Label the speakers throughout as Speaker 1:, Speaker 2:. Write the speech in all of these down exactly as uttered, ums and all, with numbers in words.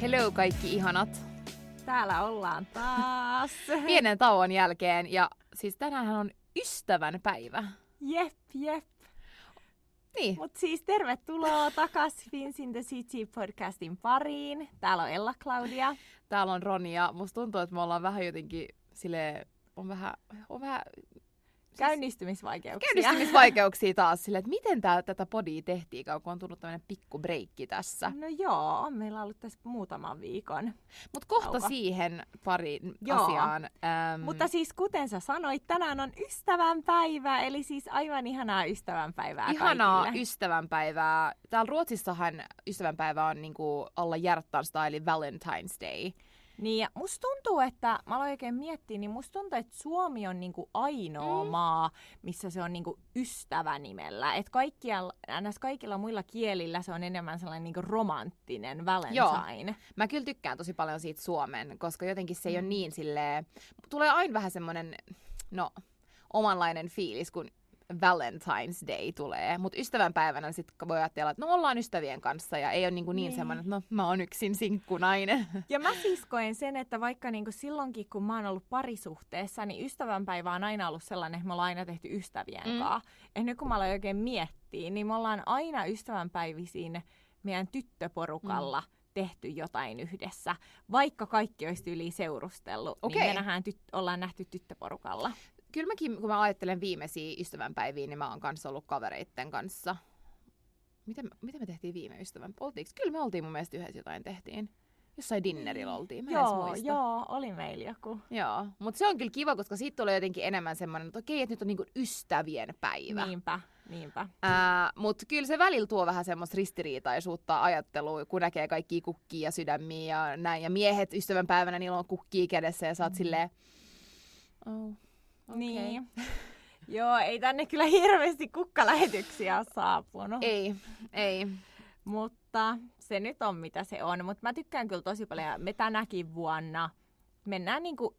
Speaker 1: Hello kaikki ihanat.
Speaker 2: Täällä ollaan taas.
Speaker 1: Pienen tauon jälkeen ja siis tänäänhän on ystävän päivä.
Speaker 2: Jep, jep.
Speaker 1: Niin.
Speaker 2: Mut siis tervetuloa takas Fins in the City podcastin pariin. Täällä on Ella-Claudia.
Speaker 1: Täällä on Roni ja musta tuntuu, että me ollaan vähän jotenkin silleen, on vähän, on vähän
Speaker 2: Käynnistymisvaikeuksia.
Speaker 1: Käynnistymisvaikeuksia taas silleen, että miten tää, tätä podia tehtiin, kun on tullut tämmönen pikku breikki tässä.
Speaker 2: No joo, on meillä ollut tässä muutaman viikon.
Speaker 1: Mut kohta
Speaker 2: tauko.
Speaker 1: Siihen pari
Speaker 2: Joo.
Speaker 1: asiaan. Ähm,
Speaker 2: Mutta siis kuten sä sanoit, tänään on ystävänpäivä, eli siis aivan ihanaa ystävänpäivää
Speaker 1: Ihanaa
Speaker 2: kaikille.
Speaker 1: ystävänpäivää. Täällä Ruotsissahan ystävänpäivä on niinku alla hjärtan style Valentine's Day.
Speaker 2: Niin, ja musta tuntuu, että, mä aloin oikein miettiä, niin musta tuntuu, että Suomi on niinku ainoa
Speaker 1: Mm.
Speaker 2: maa, missä se on niinku ystävänimellä. Että kaikkialla, näissä kaikilla muilla kielillä se on enemmän sellainen niinku romanttinen Valentine.
Speaker 1: Mä kyllä tykkään tosi paljon siitä Suomen, koska jotenkin se ei
Speaker 2: Mm.
Speaker 1: ole niin silleen, tulee aina vähän semmonen, no, omanlainen fiilis, kun Valentine's Day tulee. Mutta ystävänpäivänä sitten voi ajatella, että no ollaan ystävien kanssa ja ei ole niinku niin, niin semmoinen, että no mä oon yksin sinkkunainen.
Speaker 2: Ja mä siis koen sen, että vaikka niinku silloinkin, kun mä oon ollut parisuhteessa, niin ystävänpäivä on aina ollut sellainen, että me ollaan aina tehty ystävien
Speaker 1: Mm.
Speaker 2: kanssa. Ja nyt kun mä aloin oikein miettiä, niin me ollaan aina ystävänpäivisiin meidän tyttöporukalla mm. tehty jotain yhdessä. Vaikka kaikki olisi yli seurustellut,
Speaker 1: Okei.
Speaker 2: niin me nähdään tyt- ollaan nähty tyttöporukalla.
Speaker 1: Kyllä mäkin, kun mä ajattelen viimeisiä ystävänpäiviä, niin mä oon kanssa ollut kavereitten kanssa. Miten, miten me tehtiin viime ystävän? Oltiinko? Kyllä me oltiin mun mielestä yhdessä jotain tehtiin. Jossain dinnerillä oltiin, mä en edes
Speaker 2: Joo,
Speaker 1: muista.
Speaker 2: joo, oli meillä joku.
Speaker 1: Joo, mutta se on kyllä kiva, koska siitä tulee jotenkin enemmän semmoinen, että okei, että nyt on niinku ystävien päivä.
Speaker 2: Niinpä, niinpä.
Speaker 1: Ää, mutta kyllä se välillä tuo vähän semmoista ristiriitaisuutta ajattelua, kun näkee kaikkia kukkia ja sydämiä ja näin. Ja miehet ystävänpäivänä, niillä on kukkia kädessä ja sä oot mm. silleen, oh, okay.
Speaker 2: Niin. Joo, ei tänne kyllä hirveästi kukkalähetyksiä ole saapunut.
Speaker 1: Ei, ei.
Speaker 2: Mutta se nyt on mitä se on. Mutta mä tykkään kyllä tosi paljon. Me tänäkin vuonna mennään niinku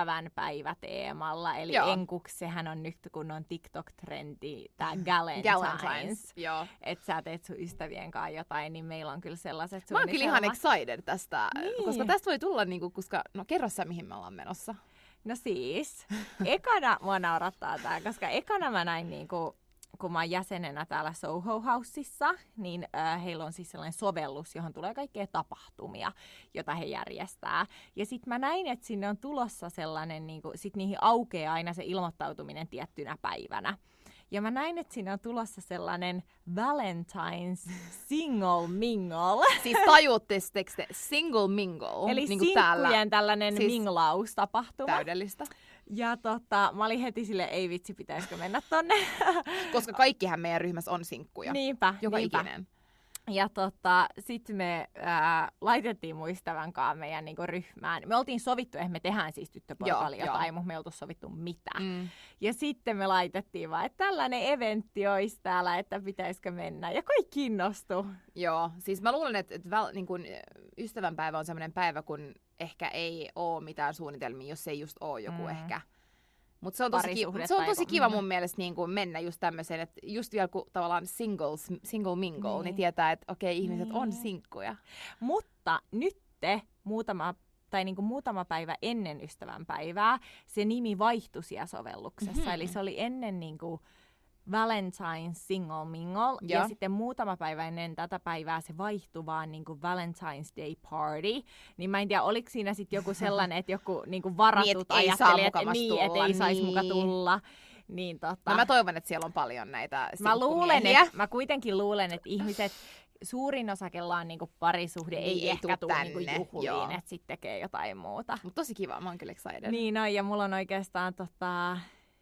Speaker 2: ystävänpäiväteemalla. Eli
Speaker 1: Joo.
Speaker 2: enkuksi sehän on nyt, kun on TikTok-trendi, tää Galentines.
Speaker 1: Galentines, joo.
Speaker 2: Että sä teet sun ystävien kanssa jotain, niin meillä on kyllä sellaiset
Speaker 1: Mä oon kyllä ihan
Speaker 2: suunnitelmat.
Speaker 1: excited tästä,
Speaker 2: Niin.
Speaker 1: koska tästä voi tulla niinku, koska, no kerro sä mihin me ollaan menossa.
Speaker 2: No siis, ekana mua naurattaa tää, koska ekana mä näin niinku, kun mä oon jäsenenä täällä Soho Houseissa, niin äh, heillä on siis sellainen sovellus, johon tulee kaikkea tapahtumia, jota he järjestää. Ja sit mä näin, että sinne on tulossa sellainen, niinku, sit niihin aukeaa aina se ilmoittautuminen tiettynä päivänä. Ja mä näin, että sinne on tulossa sellainen Valentine's Single Mingle.
Speaker 1: Siis tajuutteko te single mingle?
Speaker 2: Eli
Speaker 1: niin kuin
Speaker 2: sinkkujen
Speaker 1: täällä.
Speaker 2: tällainen
Speaker 1: Siis
Speaker 2: minglaus-tapahtuma.
Speaker 1: Täydellistä.
Speaker 2: Ja tota, mä olin heti silleen, ei vitsi, pitäisikö mennä tonne.
Speaker 1: Koska kaikkihan meidän ryhmässä on sinkkuja.
Speaker 2: Niinpä,
Speaker 1: Joka
Speaker 2: niinpä.
Speaker 1: ikinen.
Speaker 2: Ja tota, sitten me ää, laitettiin mun ystävän kanssa meidän niinku, ryhmään. Me oltiin sovittu, että me tehdään siis tyttöporukalla
Speaker 1: Joo,
Speaker 2: jotain,
Speaker 1: joo.
Speaker 2: mutta me ei oltu sovittu mitään.
Speaker 1: Mm.
Speaker 2: Ja sitten me laitettiin vaan, että tällainen eventti olisi täällä, että pitäisikö mennä. Ja kaikki innostui.
Speaker 1: Joo, siis mä luulen, että, että väl, niin kun, ystävänpäivä on sellainen päivä, kun ehkä ei ole mitään suunnitelmia, jos ei just ole joku
Speaker 2: Mm.
Speaker 1: ehkä. Mutta se on tosi, ki-
Speaker 2: Parisuhde
Speaker 1: se on
Speaker 2: tai
Speaker 1: tosi
Speaker 2: joku.
Speaker 1: kiva
Speaker 2: Mm.
Speaker 1: mun mielestä niin kun mennä just tämmöiseen, että just vielä kun tavallaan singles, single mingle, niin,
Speaker 2: Niin.
Speaker 1: niin tietää, että okei, ihmiset
Speaker 2: Niin.
Speaker 1: on sinkkuja.
Speaker 2: Mutta nyt muutama, tai niinku muutama päivä ennen ystävänpäivää se nimi vaihtui siellä sovelluksessa.
Speaker 1: Mhm.
Speaker 2: Eli se oli ennen niinku Valentine's Single Mingle.
Speaker 1: Joo.
Speaker 2: Ja sitten muutama päivä ennen tätä päivää se vaihtui vaan niinku Valentine's Day Party. Niin mä en tiedä, oliko siinä sitten joku sellainen, että joku niinku varatut
Speaker 1: Niin, et ei saa
Speaker 2: ajatteli, että
Speaker 1: mukamas
Speaker 2: niin, et
Speaker 1: tulla,
Speaker 2: ei saisi muka
Speaker 1: niin.
Speaker 2: tulla. Niin, tota,
Speaker 1: No mä toivon, että siellä on paljon näitä
Speaker 2: mä, luulen,
Speaker 1: sinkkumiehiä.
Speaker 2: että, mä kuitenkin luulen, että ihmiset, suurin osa, kella on niinku parisuhde,
Speaker 1: Niin,
Speaker 2: ei,
Speaker 1: ei
Speaker 2: ehkä
Speaker 1: tuu
Speaker 2: tule niinku
Speaker 1: tänne,
Speaker 2: juhliin,
Speaker 1: joo.
Speaker 2: että sitten tekee jotain muuta.
Speaker 1: Mut tosi kiva, mä oon kyllä excited.
Speaker 2: Niin on, ja mulla on oikeastaan tota,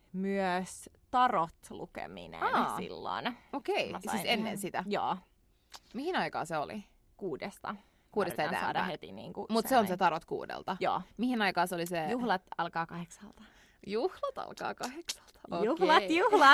Speaker 2: myös tarot-lukeminen
Speaker 1: Aa.
Speaker 2: silloin.
Speaker 1: Okei,
Speaker 2: Mä
Speaker 1: siis
Speaker 2: sain
Speaker 1: ennen
Speaker 2: ihan-
Speaker 1: sitä.
Speaker 2: Joo,
Speaker 1: Mihin aikaa se oli?
Speaker 2: kuudesta.
Speaker 1: Kuudesta
Speaker 2: Mä yritän saada
Speaker 1: eteenpäin.
Speaker 2: heti niinku
Speaker 1: Mut se on se
Speaker 2: sellainen-
Speaker 1: tarot kuudelta.
Speaker 2: Joo,
Speaker 1: Mihin aikaa se oli se?
Speaker 2: juhlat alkaa kahdeksalta.
Speaker 1: Juhlat alkaa kahdeksalta.
Speaker 2: Juhlat,
Speaker 1: Okei.
Speaker 2: juhlat!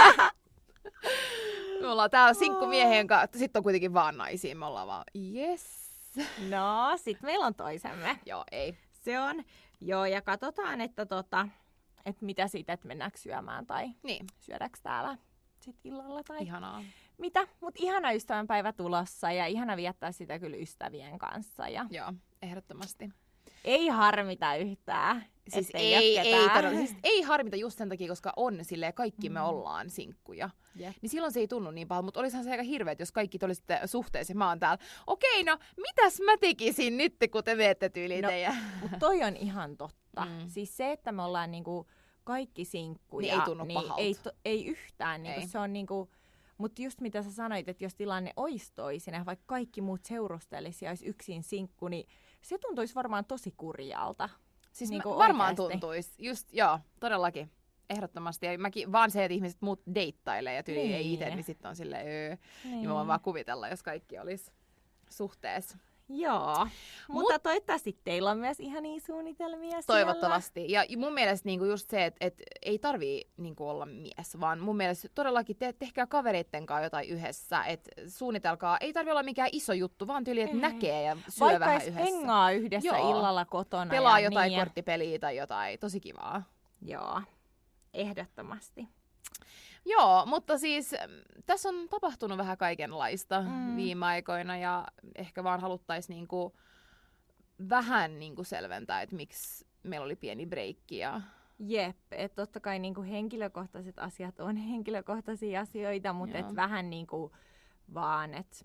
Speaker 1: Me ollaan täällä sinkkumiehien kanssa. Sitten on kuitenkin vaan naisia. Me ollaan vaan, yes.
Speaker 2: No, sit meillä on toisemme.
Speaker 1: Joo, ei.
Speaker 2: Se on. Joo, ja katsotaan, että tota, et mitä siitä, että mennäänkö syömään tai
Speaker 1: Niin,
Speaker 2: syödäänkö täällä sit illalla tai
Speaker 1: ihanaa.
Speaker 2: mitä? Mut ihana ystävänpäivä tulossa ja ihana viettää sitä kyllä ystävien kanssa. Ja
Speaker 1: Joo, ehdottomasti.
Speaker 2: ei harmita yhtään.
Speaker 1: Siis
Speaker 2: ettei
Speaker 1: ei,
Speaker 2: jatketa.
Speaker 1: ei, siis ei harmita just sen takia, koska on silleen, kaikki me ollaan sinkkuja.
Speaker 2: Jep.
Speaker 1: Niin silloin se ei tunnu niin pahalta, mutta olisihan se aika hirveet, jos kaikki te olisitte suhteessa ja mä oon täällä. Okei, no mitäs mä tekisin nyt, kun te veette tyyliin
Speaker 2: No,
Speaker 1: teidän?
Speaker 2: Mut toi on ihan totta.
Speaker 1: Mm.
Speaker 2: Siis se, että me ollaan niinku kaikki sinkkuja,
Speaker 1: Niin ei tunnu pahalta.
Speaker 2: ei, to, ei yhtään. Niinku,
Speaker 1: Ei.
Speaker 2: se on niinku, mutta just mitä sä sanoit, että jos tilanne olisi toisin ja vaikka kaikki muut seurustelisi ja olisi yksin sinkku, niin se tuntuisi varmaan tosi kurjalta.
Speaker 1: Siis
Speaker 2: Niinku
Speaker 1: mä, varmaan
Speaker 2: oikeesti.
Speaker 1: tuntuisi. Just, joo, todellakin. Ehdottomasti. Ja mäkin, vaan se, että ihmiset muut deittailee ja tyyli
Speaker 2: Niin.
Speaker 1: ei itse, niin sitten on silleen, öö.
Speaker 2: Niin.
Speaker 1: Niin mä voin vaan kuvitella, jos kaikki olisi suhteessa.
Speaker 2: Joo,
Speaker 1: Mut-
Speaker 2: mutta toivottavasti teillä on myös ihania suunnitelmia
Speaker 1: Toivottavasti. Ja mun mielestä niinku just se, että et ei tarvii niinku olla mies, vaan mun mielestä todellakin te, tehkää kavereitten kanssa jotain yhdessä. Et suunnitelkaa, ei tarvi olla mikään iso juttu, vaan tyyli, että
Speaker 2: Ei.
Speaker 1: näkee ja syö
Speaker 2: Vaikka
Speaker 1: vähän
Speaker 2: edes
Speaker 1: yhdessä.
Speaker 2: hengaa yhdessä
Speaker 1: Joo.
Speaker 2: illalla kotona.
Speaker 1: Pelaa
Speaker 2: ja
Speaker 1: jotain
Speaker 2: niin, ja-
Speaker 1: korttipeliä tai jotain. Tosi kivaa.
Speaker 2: Joo, ehdottomasti.
Speaker 1: Joo, mutta siis mm, tässä on tapahtunut vähän kaikenlaista
Speaker 2: Mm.
Speaker 1: mm. viime aikoina ja ehkä vaan haluttaisiin niinku vähän niinku selventää, että miksi meillä oli pieni breikki. Ja...
Speaker 2: Jep, että totta kai niinku henkilökohtaiset asiat on henkilökohtaisia asioita, mutta
Speaker 1: Joo.
Speaker 2: et vähän niinku vaan, että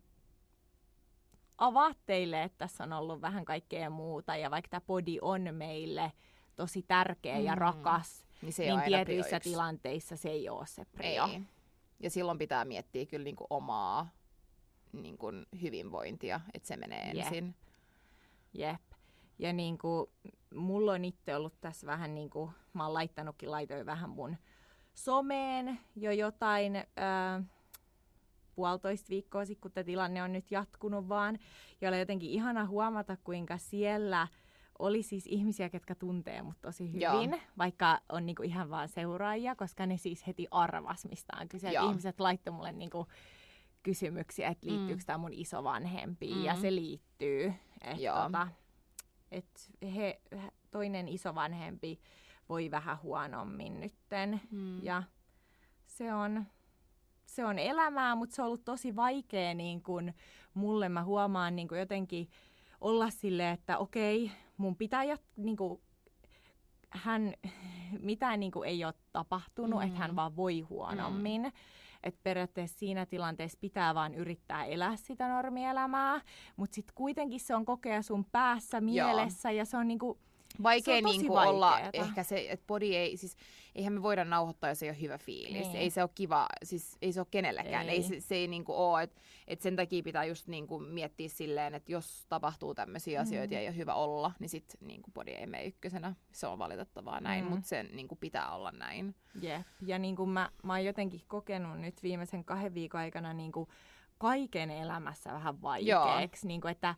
Speaker 2: avaat teille, että tässä on ollut vähän kaikkea muuta ja vaikka tämä podi on meille tosi tärkeä ja
Speaker 1: Mm.
Speaker 2: rakas,
Speaker 1: Niin se ei
Speaker 2: niin
Speaker 1: ole aina
Speaker 2: tietyissä
Speaker 1: prio yksi.
Speaker 2: tilanteissa se ei ole se prio.
Speaker 1: Ei. Ja silloin pitää miettiä kyllä niinku omaa niinku hyvinvointia, että se menee
Speaker 2: Jep.
Speaker 1: ensin.
Speaker 2: Jep. Ja niinku, mulla on itse ollut tässä vähän niinku, mä oon laittanutkin, laitoin vähän mun someen jo jotain ää, puolitoista viikkoa sitten, kun tämä tilanne on nyt jatkunut vaan. Ja oli jotenkin ihana huomata, kuinka siellä oli siis ihmisiä, ketkä tuntee mut tosi hyvin,
Speaker 1: Joo.
Speaker 2: vaikka on niinku ihan vaan seuraajia, koska ne siis heti arvas, mistä on kyse.
Speaker 1: Joo.
Speaker 2: Ihmiset laittoi mulle niinku kysymyksiä, että liittyykö
Speaker 1: Mm.
Speaker 2: tämä mun isovanhempiin,
Speaker 1: Mm.
Speaker 2: ja se liittyy. Et
Speaker 1: Joo.
Speaker 2: tota, et he, toinen isovanhempi voi vähän huonommin nytten,
Speaker 1: Mm.
Speaker 2: ja se on, se on elämää, mutta se on ollut tosi vaikea niin kun mulle. Mä huomaan niin kun jotenkin olla silleen, että okei, mun pitää jat- niin kun, hän, mitään niin kun ei ole tapahtunut,
Speaker 1: Mm.
Speaker 2: että hän vaan voi huonommin. Mm. Että periaatteessa siinä tilanteessa pitää vaan yrittää elää sitä normielämää, mutta sitten kuitenkin se on kokea sun päässä, mielessä, ja se on niinku,
Speaker 1: Vaikea
Speaker 2: se on tosi
Speaker 1: niinku olla
Speaker 2: vaikeeta.
Speaker 1: ehkä se, että body ei, siis eihän me voida nauhoittaa, jos ei ole hyvä fiilis.
Speaker 2: Niin.
Speaker 1: Ei se ole kiva, siis ei se ole kenellekään. Ei,
Speaker 2: Ei.
Speaker 1: ei se, se ei niinku ole, että et sen takia pitää just niinku miettiä silleen, että jos tapahtuu tämmöisiä
Speaker 2: Mm.
Speaker 1: asioita ja ei ole hyvä olla, niin sit niinku body ei mene ykkösenä. Se on valitettavaa näin,
Speaker 2: Mm.
Speaker 1: mutta sen niinku pitää olla näin.
Speaker 2: jep. Ja niinku mä, mä oon jotenkin kokenut nyt viimeisen kahden viikon aikana niinku kaiken elämässä vähän vaikeaksi. Niinku, että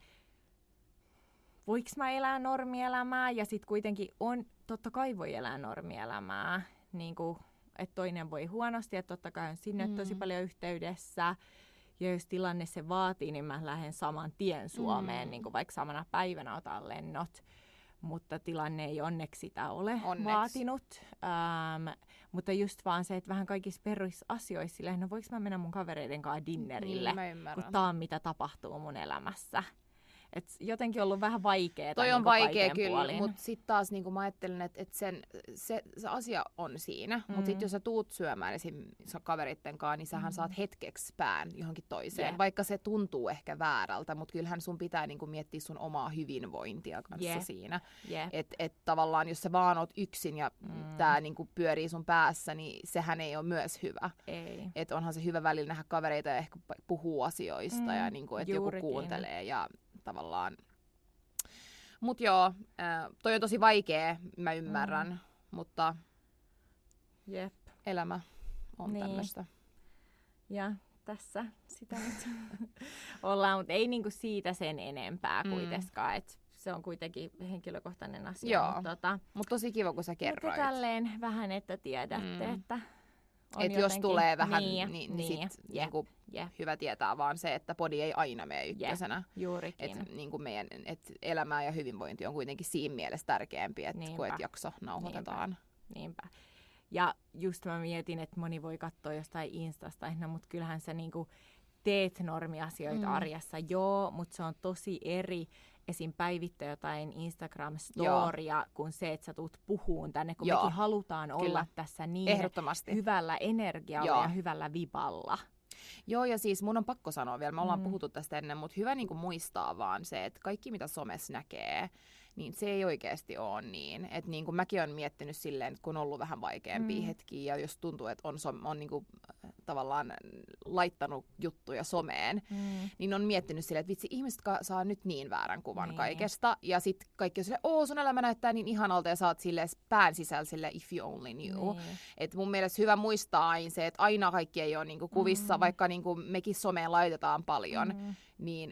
Speaker 2: voiko mä elää normielämää, ja sitten kuitenkin on, totta kai voi elää normielämää, niinku, että toinen voi huonosti, että totta kai on sinne
Speaker 1: Mm.
Speaker 2: tosi paljon yhteydessä, ja jos tilanne se vaatii, niin mä lähden saman tien Suomeen,
Speaker 1: Mm.
Speaker 2: niinku vaikka samana päivänä otan lennot, mutta tilanne ei onneksi sitä ole
Speaker 1: Onneksi.
Speaker 2: vaatinut. Ähm, mutta just vaan se, että vähän kaikissa perusasioissa silleen, no voiko mä mennä mun kavereiden kanssa dinnerille,
Speaker 1: Niin, mä
Speaker 2: kun
Speaker 1: ymmärrän.
Speaker 2: tää on mitä tapahtuu mun elämässä. Et jotenkin ollut vähän vaikeeta.
Speaker 1: Toi on
Speaker 2: niinku
Speaker 1: vaikea
Speaker 2: kaiken
Speaker 1: kyllä,
Speaker 2: puolin.
Speaker 1: mutta sitten taas niinku mä ajattelen, että et sen, se, se asia on siinä. Mm.
Speaker 2: Mm.
Speaker 1: Mutta sitten jos sä tuut syömään esim. Kavereitten kanssa, niin sähän
Speaker 2: Mm.
Speaker 1: saat hetkeksi pään johonkin toiseen.
Speaker 2: Jep.
Speaker 1: Vaikka se tuntuu ehkä väärältä, mutta kyllähän sun pitää niinku miettiä sun omaa hyvinvointia kanssa
Speaker 2: Jep.
Speaker 1: siinä.
Speaker 2: Jep.
Speaker 1: Että et tavallaan jos sä vaan oot yksin ja
Speaker 2: Mm.
Speaker 1: mm. tää niinku pyörii sun päässä, niin sehän ei ole myös hyvä.
Speaker 2: Ei.
Speaker 1: Et onhan se hyvä välillä nähdä kavereita ja ehkä puhuu asioista
Speaker 2: Mm,
Speaker 1: ja niinku, että joku
Speaker 2: juurikin.
Speaker 1: kuuntelee ja tavallaan. Mut joo, äh, toi on tosi vaikea, mä ymmärrän, mm. mutta
Speaker 2: Jep.
Speaker 1: elämä on
Speaker 2: Niin.
Speaker 1: tämmöistä.
Speaker 2: Ja tässä sitä nyt ollaan, mutta ei niinku siitä sen enempää
Speaker 1: Mm.
Speaker 2: kuitenkaan. Et se on kuitenkin henkilökohtainen asia.
Speaker 1: Joo.
Speaker 2: Mutta tota,
Speaker 1: Mut tosi kiva, kun sä
Speaker 2: mutta
Speaker 1: kerroit.
Speaker 2: tälleen vähän, että tiedätte,
Speaker 1: Mm.
Speaker 2: että on
Speaker 1: Että jos
Speaker 2: jotenkin-
Speaker 1: tulee vähän,
Speaker 2: niin,
Speaker 1: niin, niin,
Speaker 2: niin,
Speaker 1: sit
Speaker 2: jep,
Speaker 1: niinku
Speaker 2: jep,
Speaker 1: hyvä tietää vaan se, että podi ei aina mene ykkösenä.
Speaker 2: juurikin.
Speaker 1: Et, niin kuin meidän, et elämä ja hyvinvointi on kuitenkin siinä mielessä tärkeämpi, että
Speaker 2: Niinpä.
Speaker 1: kun et jakso nauhoitetaan.
Speaker 2: Niinpä. Ja just mä mietin, että moni voi katsoa jostain Instasta, no, mutta kyllähän sä niinku teet normiasioita mm. arjessa, joo, mutta se on tosi eri esim. Päivittää jotain Instagram-storia, kun se, että sä tuut puhuun tänne, kun joo. mekin halutaan Kyllä. olla tässä niin hyvällä energialla joo. ja hyvällä viballa.
Speaker 1: Joo, ja siis mun on pakko sanoa vielä, me ollaan mm. puhuttu tästä ennen, mutta hyvä niin kuin muistaa vaan se, että kaikki mitä somessa näkee, niin se ei oikeasti ole niin. Että niin kuin mäkin olen miettinyt silleen, että kun on ollut vähän vaikeampia mm. hetkiä, ja jos tuntuu, että on, on niin kuin, tavallaan laittanut juttuja someen, mm. niin on miettinyt silleen, että vitsi, ihmiset ka- saa nyt niin väärän kuvan niin. kaikesta. Ja sitten kaikki on silleen, oo, sun elämä näyttää niin ihanalta, ja sä oot silleen pään sisällä silleen, if you only knew. Niin. Että mun mielestä hyvä muistaa aina se, että aina kaikki ei ole niin kuin kuvissa, mm. vaikka niin kuin mekin someen laitetaan paljon, mm. niin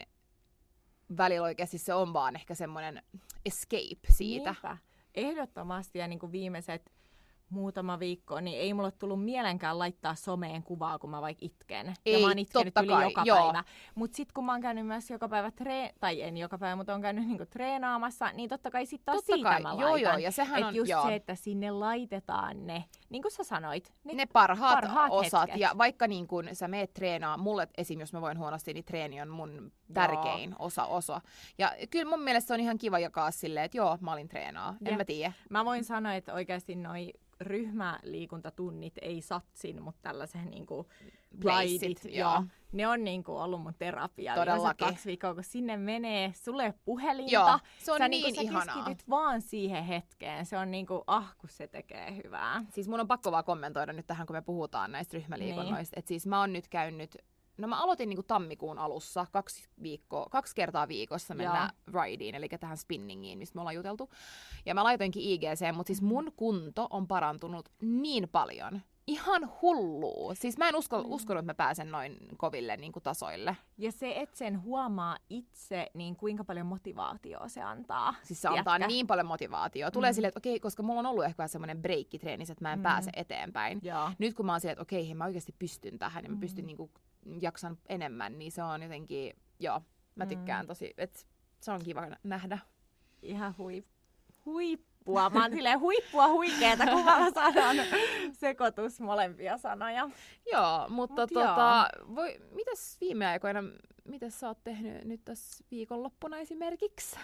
Speaker 1: välillä oikeasti se on vaan ehkä semmoinen escape siitä.
Speaker 2: Niinpä. Ehdottomasti ja niin kuin viimeiset muutama viikko, niin ei mulle tullut mielenkään laittaa someen kuvaa, kun mä vaikka itken.
Speaker 1: Ei,
Speaker 2: ja mä oon itkenyt yli
Speaker 1: kai,
Speaker 2: joka
Speaker 1: joo.
Speaker 2: päivä. Mut sit kun mä oon käynyt myös joka päivä, tree- tai en joka päivä, mutta oon käynyt niinku treenaamassa, niin totta kai sit taas totta siitä kai. mä laitan.
Speaker 1: Joo, joo, ja sehän
Speaker 2: Et
Speaker 1: on,
Speaker 2: just
Speaker 1: joo.
Speaker 2: se, että sinne laitetaan ne, niin kuin sä sanoit, ne,
Speaker 1: ne parhaat,
Speaker 2: parhaat
Speaker 1: osat.
Speaker 2: hetket.
Speaker 1: Ja vaikka niin kun sä meet treenaa, mulle esim. Jos mä voin huonosti, niin treeni on mun tärkein joo. osa osa. Ja kyllä mun mielestä se on ihan kiva jakaa silleen, että joo, mä olin treenaa. En ja. mä tiedä.
Speaker 2: Mä voin sanoa, että oikeasti noi ryhmäliikuntatunnit ei satsin, mutta tällaisen niinku glidit, joo. Ne on niinku ollut mun terapia.
Speaker 1: Todellakin.
Speaker 2: Kaksi viikkoa, kun sinne menee, sulle ei ole puhelinta.
Speaker 1: Joo, se on
Speaker 2: sä,
Speaker 1: niin
Speaker 2: niinku,
Speaker 1: ihanaa.
Speaker 2: Sä keskityt vaan siihen hetkeen. Se on niinku, ah, kun se tekee hyvää.
Speaker 1: Siis mun on pakko vaan kommentoida nyt tähän, kun me puhutaan näistä ryhmäliikunnoista. Niin. Että siis mä oon nyt käynyt, no mä aloitin niinku tammikuun alussa kaksi, viikkoa, kaksi kertaa viikossa mennä rideen, eli tähän spinningiin, mistä me ollaan juteltu. Ja mä laitoinkin I G C, mutta siis mun kunto on parantunut niin paljon. Ihan hullua. Siis mä en usko, mm. uskonut, että mä pääsen noin koville niin kuin tasoille.
Speaker 2: Ja se, että sen huomaa itse, niin kuinka paljon motivaatiota se antaa.
Speaker 1: Siis se antaa Jätkä. niin paljon motivaatiota. Tulee mm. silleen, että okei, koska mulla on ollut ehkä semmoinen breikkitreeni, että mä en mm. pääse eteenpäin. Ja. Nyt kun mä oon silleen, että okei, hei, mä oikeasti pystyn tähän ja mä pystyn mm. niin kuin, jaksan enemmän, niin se on jotenkin, joo, mä tykkään mm. tosi, että se on kiva nähdä.
Speaker 2: Ihan huip, huippua. Mä oon silleen huippua huikeeta, kun mä sanon sekoitus molempia sanoja.
Speaker 1: Joo, mutta Mut tota, voi, mitäs viime aikoina, mitäs sä oot tehnyt nyt tässä viikonloppuna esimerkiksi?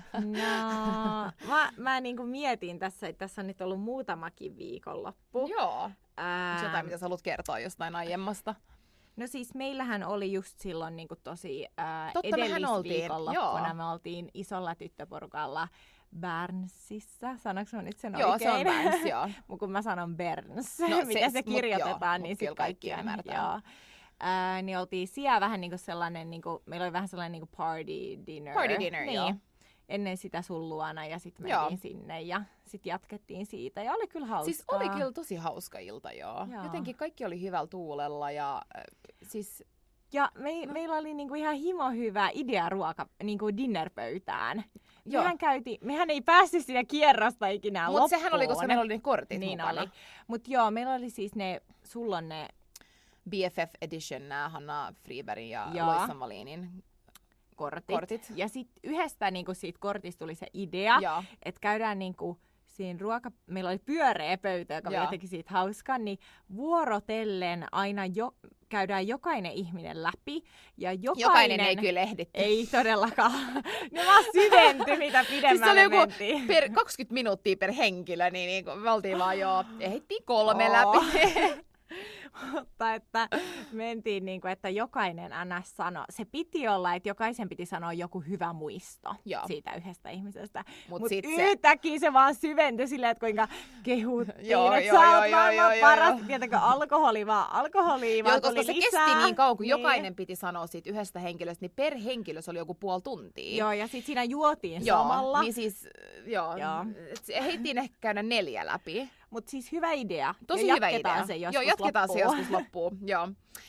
Speaker 2: No, mä, mä niinku mietin tässä, että tässä on nyt ollut muutamakin viikonloppu.
Speaker 1: Joo. Ää... Onko jotain, mitä sä haluat kertoa jostain aiemmasta?
Speaker 2: No siis meillähän oli just silloin niinku tosi ää, edellisviikonloppuna. Me oltiin isolla tyttöporukalla Bernsissa. Sanoinko mä nyt sen
Speaker 1: joo,
Speaker 2: oikein?
Speaker 1: Joo, se on Berns, joo.
Speaker 2: Kun mä sanon Berns, no, miten se, se kirjoitetaan,
Speaker 1: mut,
Speaker 2: niin
Speaker 1: sitten kaikki ymmärtää.
Speaker 2: Ää, niin oltiin siellä vähän niinku sellainen, niinku, meillä oli vähän sellainen niinku party dinner.
Speaker 1: Party dinner, niin. joo.
Speaker 2: Ennen sitä sun luona ja sitten mentiin joo. sinne ja sitten jatkettiin siitä ja oli kyllä hauskaa.
Speaker 1: Siis oli kyllä tosi hauska ilta, joo. joo. Jotenkin kaikki oli hyvällä tuulella ja äh, siis...
Speaker 2: Ja me, no. meillä oli niinku ihan himo hyvä idea ruoka niinku dinnerpöytään. Mehän, käytiin, mehän ei päästy siinä kierrosta ikinä loppuun.
Speaker 1: Mutta sehän oli, koska meillä oli ne kortit
Speaker 2: niin
Speaker 1: mukana.
Speaker 2: Oli. Mutta joo, meillä oli siis ne, sulla on ne...
Speaker 1: B F F Edition, nää Hanna Fribergin ja joo. Loisan Wallinin
Speaker 2: kortit.
Speaker 1: kortit.
Speaker 2: Ja sitten yhdestä niinku siitä kortista tuli se idea, että käydään niinku siinä ruoka... Meillä oli pyöreä pöytä, joka me teki siitä hauskan, niin vuorotellen aina jo... käydään jokainen ihminen läpi. Ja jokainen,
Speaker 1: jokainen ei kyllä ehdi.
Speaker 2: Ei todellakaan. Ne vaan syventyi, mitä pidemmälle siis mentiin.
Speaker 1: Per kaksikymmentä minuuttia per henkilö, niin, niin me oltiin vaan jo, ehdittiin kolme oh. läpi.
Speaker 2: Mutta että mentiin niin kuin, että jokainen ns. Sanoi. Se piti olla, että jokaisen piti sanoa joku hyvä muisto joo. siitä yhdestä ihmisestä. Mutta Mut yhtäkkiä se... se vaan syventyi silleen, että kuinka kehuttiin, joo, että joo, sä oot maailman paras. Tietäkö, alkoholi vaan, alkoholi vaan
Speaker 1: joo,
Speaker 2: tuli
Speaker 1: koska
Speaker 2: lisää.
Speaker 1: Se kesti niin kauan, kun niin. jokainen piti sanoa siitä yhdestä henkilöstä, niin per henkilö se oli joku puoli tuntia.
Speaker 2: Joo, ja sitten siinä juotiin
Speaker 1: joo,
Speaker 2: samalla.
Speaker 1: Niin siis, joo, joo. Heittiin ehkä käydä neljä läpi.
Speaker 2: Mutta siis hyvä idea.
Speaker 1: Tosi
Speaker 2: ja
Speaker 1: hyvä idea.
Speaker 2: Se joskus
Speaker 1: joo, jatketaan
Speaker 2: loppuun.
Speaker 1: se joskus loppuun. joo.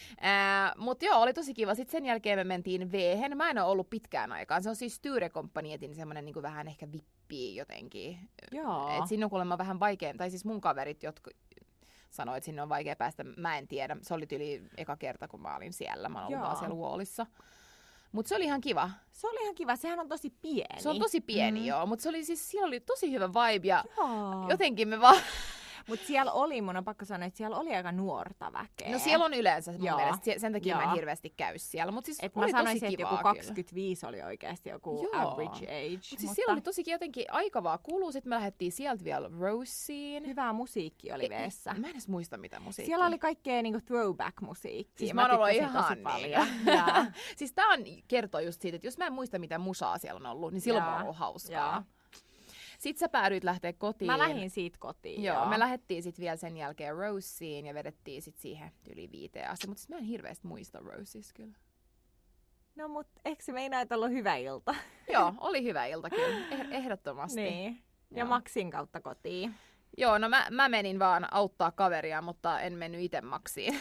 Speaker 1: Äh, Mutta joo, oli tosi kiva. Sitten sen jälkeen me mentiin V:hen. Mä en ole ollut pitkään aikaan. Se on siis Sture Companyetin semmoinen niin vähän ehkä vippi jotenkin.
Speaker 2: Joo.
Speaker 1: Et siinä on kuulemma vähän vaikea, tai siis mun kaverit, jotka sanoi, että sinne on vaikea päästä. Mä en tiedä. Se oli yli eka kerta, kun mä olin siellä. Mä olin vaan siellä Wallissa. Mutta se oli ihan kiva.
Speaker 2: Se oli ihan kiva. Sehän on tosi pieni.
Speaker 1: Se on tosi pieni, mm. joo. Mutta se oli siis, siellä oli tosi hyvä vibe ja
Speaker 2: joo.
Speaker 1: jotenkin me vaan...
Speaker 2: Mutta siellä oli, mun on pakko sanoa, että siellä oli aika nuorta väkeä.
Speaker 1: No siellä on yleensä mun
Speaker 2: Joo.
Speaker 1: mielestä, sen takia
Speaker 2: Joo.
Speaker 1: mä en hirveästi käy siellä. Mut siis
Speaker 2: Et
Speaker 1: oli
Speaker 2: mä sanoisin,
Speaker 1: tosi
Speaker 2: että
Speaker 1: kivaa
Speaker 2: joku kaksikymmentäviisi oli oikeasti joku
Speaker 1: Joo.
Speaker 2: average age.
Speaker 1: Mut siis
Speaker 2: mutta
Speaker 1: siellä oli tosikin jotenkin aika vaan kuluu. Sitten me lähdettiin sieltä vielä Roseen.
Speaker 2: hyvää musiikki oli veessä.
Speaker 1: Mä en edes muista mitä musiikkia.
Speaker 2: Siellä oli kaikkea niinku throwback-musiikkia.
Speaker 1: Siis mä oon ollut
Speaker 2: tykkäsin
Speaker 1: ihan
Speaker 2: tosi
Speaker 1: niin.
Speaker 2: paljon. Ja.
Speaker 1: Siis tää on, kertoo just siitä, että jos mä en muista mitä musaa siellä on ollut, niin silloin
Speaker 2: Jaa.
Speaker 1: on ollut hauskaa.
Speaker 2: Jaa.
Speaker 1: Sitten sä päädyit lähteä kotiin.
Speaker 2: Mä lähdin siitä kotiin.
Speaker 1: Joo,
Speaker 2: joo.
Speaker 1: me lähdettiin sitten vielä sen jälkeen Roseen ja vedettiin sitten siihen yli viiteen asti. Mutta siis mä en hirveästi muista Rosessa kyllä.
Speaker 2: No mut eikö se meinaa, että ollut hyvä ilta?
Speaker 1: Joo, oli hyvä ilta kyllä. Eh- ehdottomasti.
Speaker 2: Niin. Ja
Speaker 1: Joo.
Speaker 2: Maxin kautta kotiin.
Speaker 1: Joo, no mä, mä menin vaan auttaa kaveria, mutta en mennyt itse Maksiin.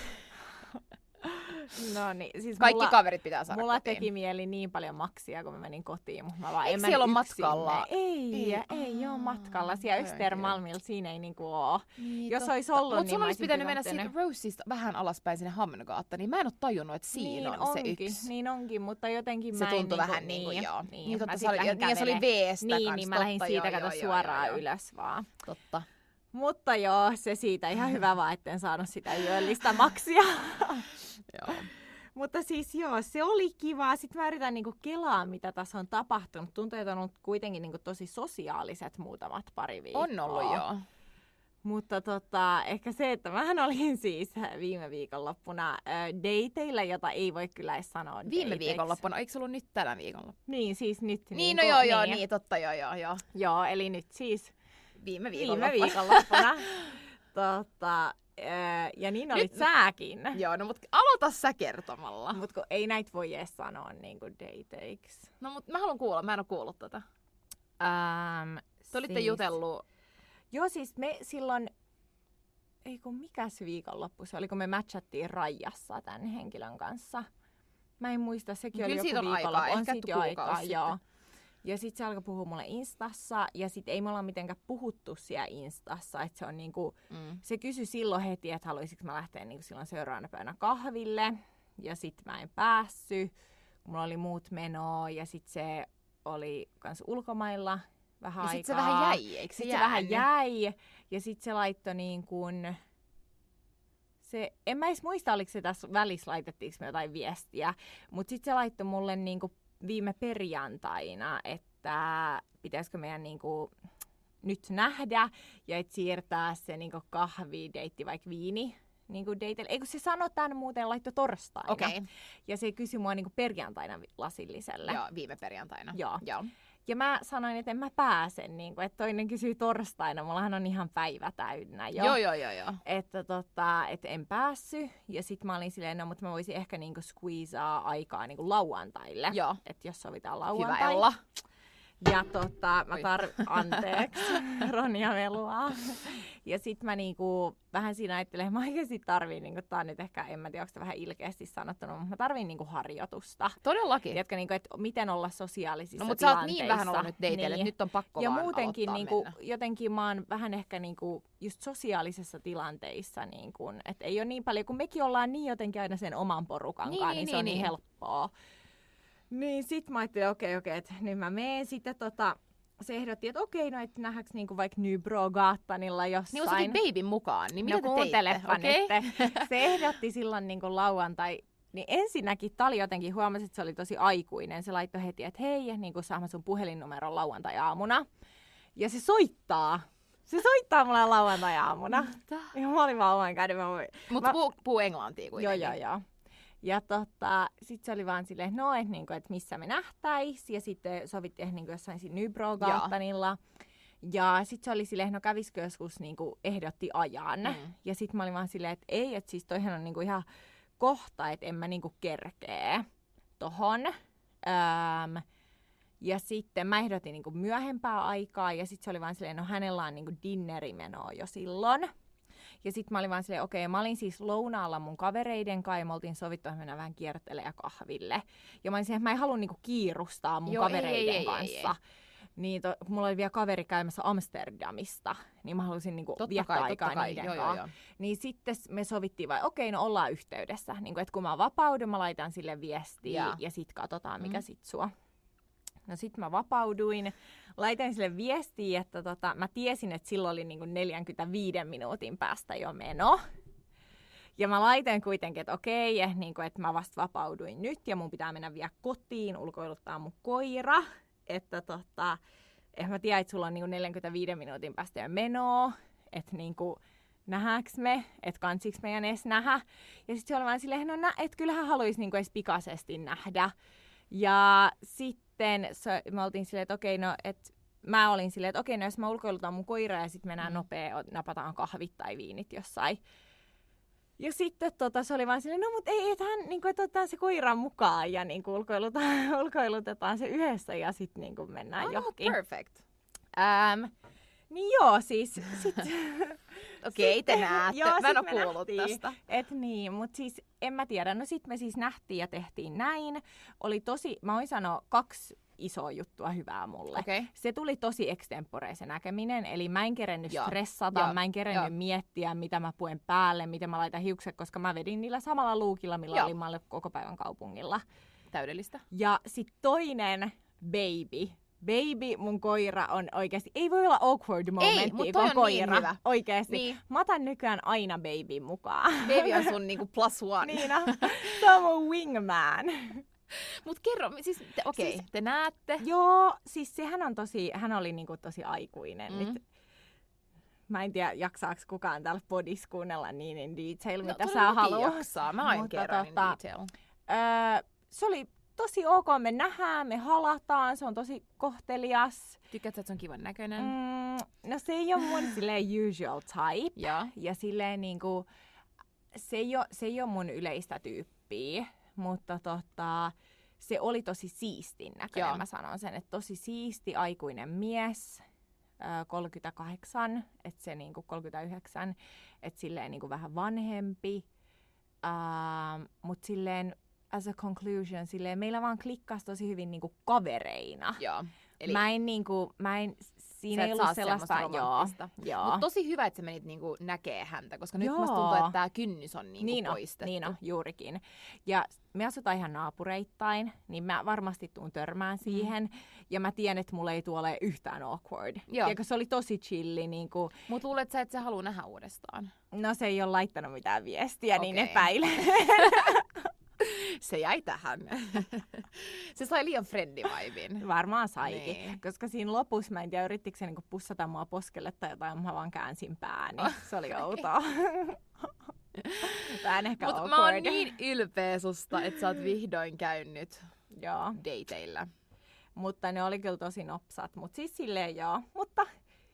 Speaker 2: No niin, siis
Speaker 1: Kaikki
Speaker 2: mulla,
Speaker 1: kaverit pitää saada
Speaker 2: mulla
Speaker 1: kotiin.
Speaker 2: teki mieli niin paljon Maxia, kun mä menin kotiin, mutta mä vaan
Speaker 1: Eikö
Speaker 2: en mä
Speaker 1: siellä ole
Speaker 2: yksin
Speaker 1: matkalla?
Speaker 2: mene. Ei, ei, ei
Speaker 1: Aa,
Speaker 2: ole matkalla. Siellä
Speaker 1: toi on
Speaker 2: Östermalmilla siinä ei niinku oo.
Speaker 1: Niin,
Speaker 2: Jos
Speaker 1: totta.
Speaker 2: olisi ollut,
Speaker 1: Mut
Speaker 2: niin
Speaker 1: sun
Speaker 2: mä
Speaker 1: olisi
Speaker 2: olisin
Speaker 1: pitänyt mennä
Speaker 2: lähtenyt.
Speaker 1: siitä Rosesta vähän alaspäin sinne Hamngaatta, niin mä en ole tajunnut, että siinä
Speaker 2: niin
Speaker 1: on
Speaker 2: onkin,
Speaker 1: se yksi.
Speaker 2: Niin onkin, mutta jotenkin
Speaker 1: Se
Speaker 2: mä en
Speaker 1: tuntui
Speaker 2: niinku,
Speaker 1: vähän niin kuin, joo.
Speaker 2: Niin,
Speaker 1: Niin, totta,
Speaker 2: mä
Speaker 1: se oli-
Speaker 2: sit lähdin
Speaker 1: ja- ja se oli
Speaker 2: kävelemään.
Speaker 1: veestä
Speaker 2: Niin,
Speaker 1: kans,
Speaker 2: niin mä lähdin
Speaker 1: totta,
Speaker 2: siitä
Speaker 1: joo,
Speaker 2: kato
Speaker 1: joo,
Speaker 2: suoraan
Speaker 1: joo, joo.
Speaker 2: ylös vaan.
Speaker 1: Totta.
Speaker 2: Mutta joo, se siitä ihan hyvä vaan, etten saanut sitä yöllistä Maxia.
Speaker 1: Joo.
Speaker 2: Mutta siis joo, se oli kiva. Sitten mä yritän niinku kelaa, mitä tässä on tapahtunut. Tuntuu, että on ollut kuitenkin niinku tosi sosiaaliset muutamat pari viikkoa.
Speaker 1: On ollut joo.
Speaker 2: Mutta tota, ehkä se, että mähän olin siis viime viikonloppuna äh, dateilla, jota ei voi kyllä edes sanoa
Speaker 1: Viime
Speaker 2: dateiksi.
Speaker 1: viikonloppuna, eikö se ollut nyt tänä viikonloppuna?
Speaker 2: Niin, siis nyt.
Speaker 1: Niin,
Speaker 2: niin
Speaker 1: no
Speaker 2: kuin-
Speaker 1: joo, joo, niin, totta, joo, joo, joo.
Speaker 2: Joo, eli nyt siis
Speaker 1: Viime
Speaker 2: viime
Speaker 1: viikonloppuna.
Speaker 2: viikonloppuna. tota, äh, ja niin olit
Speaker 1: Nyt-
Speaker 2: säkin.
Speaker 1: Joo, no mut aloita sä kertomalla.
Speaker 2: Mutta kun ei näitä voi edes sanoa niinku dateiksi.
Speaker 1: No mut mä haluan kuulla, mä en oo kuullut tätä.
Speaker 2: Ähm,
Speaker 1: Te olitte
Speaker 2: siis-
Speaker 1: jutellut.
Speaker 2: Joo, siis me silloin, ei kun mikäs viikonloppu se oli, kun me matchattiin Rajassa tämän henkilön kanssa. Mä en muista, sekin
Speaker 1: Kyllä
Speaker 2: oli joku
Speaker 1: siitä on aikaa,
Speaker 2: viikonloppu.
Speaker 1: ehkä
Speaker 2: siitä jo
Speaker 1: kuukausi
Speaker 2: aikaa,
Speaker 1: sitten.
Speaker 2: joo. Ja sit se alkoi puhua mulle Instassa, ja sit ei me olla mitenkään puhuttu siellä Instassa, että se on niinku,
Speaker 1: Mm.
Speaker 2: se kysyi silloin heti, että haluaisinko mä lähteä niinku silloin seuraavana päivänä kahville, ja sit mä en päässyt, kun mulla oli muut menoa, ja sit se oli kans ulkomailla vähän
Speaker 1: Ja
Speaker 2: aikaa.
Speaker 1: sit se vähän jäi, eikö se
Speaker 2: Sitten se vähän
Speaker 1: jäänyt?
Speaker 2: jäi, ja sitten se laittoi niin kuin, se, en mä edes muista, oliko se tässä välissä, laitettiinko me jotain viestiä, mutta sitten se laittoi mulle niin kuin viime perjantaina, että pitäisikö meidän niin kuin nyt nähdä, ja et siirtää se niin kuin kahvi, deitti, vaikka viini, niin kuin dateille. Eikö se sano tämän muuten, laittoi torstaina.
Speaker 1: Okei, okay.
Speaker 2: Ja se kysyi mua niin kuin perjantaina lasilliselle.
Speaker 1: joo, viime perjantaina.
Speaker 2: Joo.
Speaker 1: Joo.
Speaker 2: Ja mä sanoin, että en mä pääse, niin kuin, että toinen kysyy torstaina, mullahan on ihan päivä täynnä jo.
Speaker 1: Joo, joo, joo, joo.
Speaker 2: Että tota, et en päässyt. Ja sit mä olin silleen, no mutta mä voisin ehkä niinku squeezaa aikaa niinku lauantaille.
Speaker 1: Joo.
Speaker 2: Että jos sovitaan
Speaker 1: Hyvä
Speaker 2: lauantai.
Speaker 1: Ella.
Speaker 2: Ja tota, mä
Speaker 1: Oi.
Speaker 2: tar... Anteeksi, Ronja Velua. Ja sit mä niinku vähän siinä ajattelen, että mä oikeesti tarviin, niinku, tää on nyt ehkä, en mä tiedä, onko sitä vähän ilkeästi sanottuna, mutta mä tarviin niinku harjoitusta.
Speaker 1: Todellakin.
Speaker 2: Tiedätkö, niinku, että miten olla sosiaalisissa
Speaker 1: No mutta sä oot
Speaker 2: tilanteissa.
Speaker 1: niin vähän ollut nyt dateilla,
Speaker 2: Niin.
Speaker 1: että nyt on pakko
Speaker 2: Ja
Speaker 1: vaan
Speaker 2: muutenkin
Speaker 1: aloittaa
Speaker 2: niinku,
Speaker 1: mennä.
Speaker 2: jotenkin mä oon vähän ehkä niinku, just sosiaalisissa tilanteissa, niinku, että ei ole niin paljon, kun mekin ollaan niin jotenkin aina sen oman porukan
Speaker 1: Niin,
Speaker 2: kanssa,
Speaker 1: niin,
Speaker 2: niin, se on
Speaker 1: niin,
Speaker 2: niin
Speaker 1: niin.
Speaker 2: helppoa. Niin sit mä ajattelin, okei, okei, että nyt mä meen sitten tota, se ehdotti, että okei, no että nähdäänkö niinku vaikka Nybro-Gaattanilla jossain.
Speaker 1: Niin, mutta sä otit babyn mukaan, niin mitä
Speaker 2: no
Speaker 1: te teitte?
Speaker 2: kuuntelepa
Speaker 1: Okei?
Speaker 2: nyt. Se ehdotti silloin niinku lauantai. Niin ensinnäkin tää oli jotenkin, huomasin, että se oli tosi aikuinen. Se laittoi heti, että hei, niin kuin saamme sun puhelinnumeron lauantai-aamuna. Ja se soittaa. Se soittaa mulle lauantai-aamuna. Ja mä olin vaan, oh my god, mä voin.
Speaker 1: Mutta
Speaker 2: Mä-
Speaker 1: puu, puu englantia
Speaker 2: Joo,
Speaker 1: kuitenkin.
Speaker 2: joo, joo. Ja tota, sit se oli vaan silleen, no, että niinku, et missä me nähtäis. Ja sitten sovittiin ehkä niinku jossain siinä Nybro-Gaattanilla. Ja sit se oli silleen, no kävisikö joskus niinku ehdotti ajan.
Speaker 1: Mm.
Speaker 2: Ja sit mä olin vaan silleen, että ei, että siis toihan on niinku ihan kohta, että en mä niinku kerkee tohon. Öm, ja sitten mä ehdotin niinku myöhempää aikaa, ja sitten se oli vaan silleen, no hänellä on niinku dinnerimenoa jo silloin. Ja sitten mä olin vaan silleen, okei, mä olin siis lounaalla mun kavereiden kanssa, ja me oltiin sovittu, että mennään vähän kiertelemään kahville. Ja mä olin silleen, että mä en halua niinku kiirustaa mun
Speaker 1: Joo, ei,
Speaker 2: kavereiden
Speaker 1: ei, ei,
Speaker 2: kanssa.
Speaker 1: ei,
Speaker 2: Niin to, kun mulla oli vielä kaveri käymässä Amsterdamista, niin mä halusin niinku
Speaker 1: Totta
Speaker 2: viettää
Speaker 1: kai,
Speaker 2: aikaa
Speaker 1: totta kai.
Speaker 2: niiden
Speaker 1: Joo, joo,
Speaker 2: kanssa.
Speaker 1: joo.
Speaker 2: Niin sitten me sovittiin vai, okei, no ollaan yhteydessä. Niin että kun mä vapaudun, mä laitan sille viestiä
Speaker 1: Jaa.
Speaker 2: ja sit katsotaan, mikä
Speaker 1: Mm.
Speaker 2: sit sua. No sit mä vapauduin, laitoin sille viestiä, että tota, mä tiesin, että silloin oli niinku neljänkymmenenviiden minuutin päästä jo meno. Ja mä laitoin kuitenkin, että okei, että, niinku, että mä vasta vapauduin nyt ja mun pitää mennä vielä kotiin, ulkoiluttaa mun koira. Että tota, että mä tiedän, että sulla on niinku neljänkymmenenviiden minuutin päästä jo menoa, että niinku, nähdäänkö me, että kansiks meidän edes nähdä. Ja sit se oli vaan silleen, no nä, että kyllähän haluaisi niinku edes pikaisesti nähdä. Ja sitten se, me oltiin silleen, että okei, no, että mä olin silleen, että okei, no jos mä ulkoilutan mun koiraa ja sitten mennään mm. nopea, napataan kahvit tai viinit jossain. Ja sitten tota, se oli vaan silleen, no mut ei, et hän, niinku, että otetaan se koira mukaan ja niinku, ulkoilutetaan, ulkoilutetaan se yhdessä ja sitten niinku, mennään
Speaker 1: oh,
Speaker 2: johonkin.
Speaker 1: Perfect.
Speaker 2: Ähm, niin joo, siis sit...
Speaker 1: Okei, okay, te näette.
Speaker 2: Joo,
Speaker 1: mä en ole
Speaker 2: me
Speaker 1: kuullut
Speaker 2: nähtiin,
Speaker 1: tästä.
Speaker 2: Et niin, mut siis en mä tiedä. No sit me siis nähtiin ja tehtiin näin. Oli tosi, mä voin sanoa kaksi isoa juttua hyvää mulle.
Speaker 1: Okay.
Speaker 2: Se tuli tosi extempore se näkeminen, eli mä en kerennyt
Speaker 1: Joo.
Speaker 2: stressata,
Speaker 1: Joo.
Speaker 2: mä en kerennyt
Speaker 1: Joo.
Speaker 2: miettiä, mitä mä puen päälle, miten mä laitan hiukset, koska mä vedin niillä samalla luukilla, millä
Speaker 1: Joo.
Speaker 2: olin mä olin koko päivän kaupungilla.
Speaker 1: Täydellistä.
Speaker 2: Ja sit toinen, baby. Baby, mun koira on oikeesti, ei voi olla awkward momentti,
Speaker 1: kun
Speaker 2: koira.
Speaker 1: niin hyvä.
Speaker 2: Oikeesti.
Speaker 1: Niin.
Speaker 2: Mä otan nykyään aina babyn mukaan.
Speaker 1: Baby on sun niinku plus one.
Speaker 2: Niin on. Se on mun wingman.
Speaker 1: Mut kerro, siis okei, okay,
Speaker 2: Siis-
Speaker 1: te näette.
Speaker 2: Joo, siis sehän on tosi, hän oli niinku tosi aikuinen.
Speaker 1: Mm.
Speaker 2: Nyt, mä en tiedä, jaksaako kukaan täällä podissa kuunnella niin in detail,
Speaker 1: No,
Speaker 2: mitä sä
Speaker 1: todellakin
Speaker 2: haluat.
Speaker 1: jaksaa. Mä aina
Speaker 2: Mutta
Speaker 1: kerron in
Speaker 2: tota,
Speaker 1: detail.
Speaker 2: Öö, se oli tosi ok, me nähdään, me halataan, se on tosi kohtelias.
Speaker 1: Tykkäätkö, että se on kivan näköinen?
Speaker 2: Mm, no se ei ole mun silleen usual type.
Speaker 1: Joo.
Speaker 2: Ja silleen niinku, se ei ole, se ei ole mun yleistä tyyppiä, mutta tota, se oli tosi siistin näköinen,
Speaker 1: Joo.
Speaker 2: mä sanon sen, että tosi siisti aikuinen mies, ö, kolmekymmentäkahdeksan, että se niinku kolmekymmentäyhdeksän, että silleen niinku vähän vanhempi, uh, mutta silleen as a conclusion, silleen meillä vaan klikkasi tosi hyvin niinku kavereina.
Speaker 1: Joo. Eli
Speaker 2: Mä en niinku, mä en, siinä
Speaker 1: sä
Speaker 2: ei
Speaker 1: et
Speaker 2: ollut
Speaker 1: saa
Speaker 2: sellaista,
Speaker 1: semmoista
Speaker 2: joo,
Speaker 1: romanttista.
Speaker 2: joo.
Speaker 1: Mut tosi hyvä, että sä menit niinku näkee häntä, koska nyt
Speaker 2: Joo.
Speaker 1: musta tuntuu, että tää kynnys on niinku
Speaker 2: niin on,
Speaker 1: poistettu.
Speaker 2: niin on, juurikin. Ja me asutaan ihan naapureittain, niin mä varmasti tuun törmään siihen. Mm. Ja mä tiedän, että mulla ei tuo ole yhtään awkward.
Speaker 1: Joo.
Speaker 2: Ja se oli tosi chilli. Niin kuin,
Speaker 1: Mut luulet sä, että se haluaa nähdä uudestaan?
Speaker 2: no se ei ole laittanut mitään viestiä, okay. niin
Speaker 1: Okei.
Speaker 2: epäilen.
Speaker 1: Se jäi tähän. Se sai liian friendly-vibin.
Speaker 2: Varmaan saikin.
Speaker 1: Niin.
Speaker 2: Koska siinä lopussa, mä en tiedä, yrittikö se niinku pussata mua poskelle tai jotain, mä vaan käänsin pääni. Se oli outoa. Vähän ehkä
Speaker 1: Mut
Speaker 2: awkward.
Speaker 1: mä oon niin ylpeä susta, että sä oot vihdoin käynyt
Speaker 2: Joo.
Speaker 1: dateilla.
Speaker 2: Mutta ne oli kyllä tosi nopsat. Mut siis silleen joo. Mutta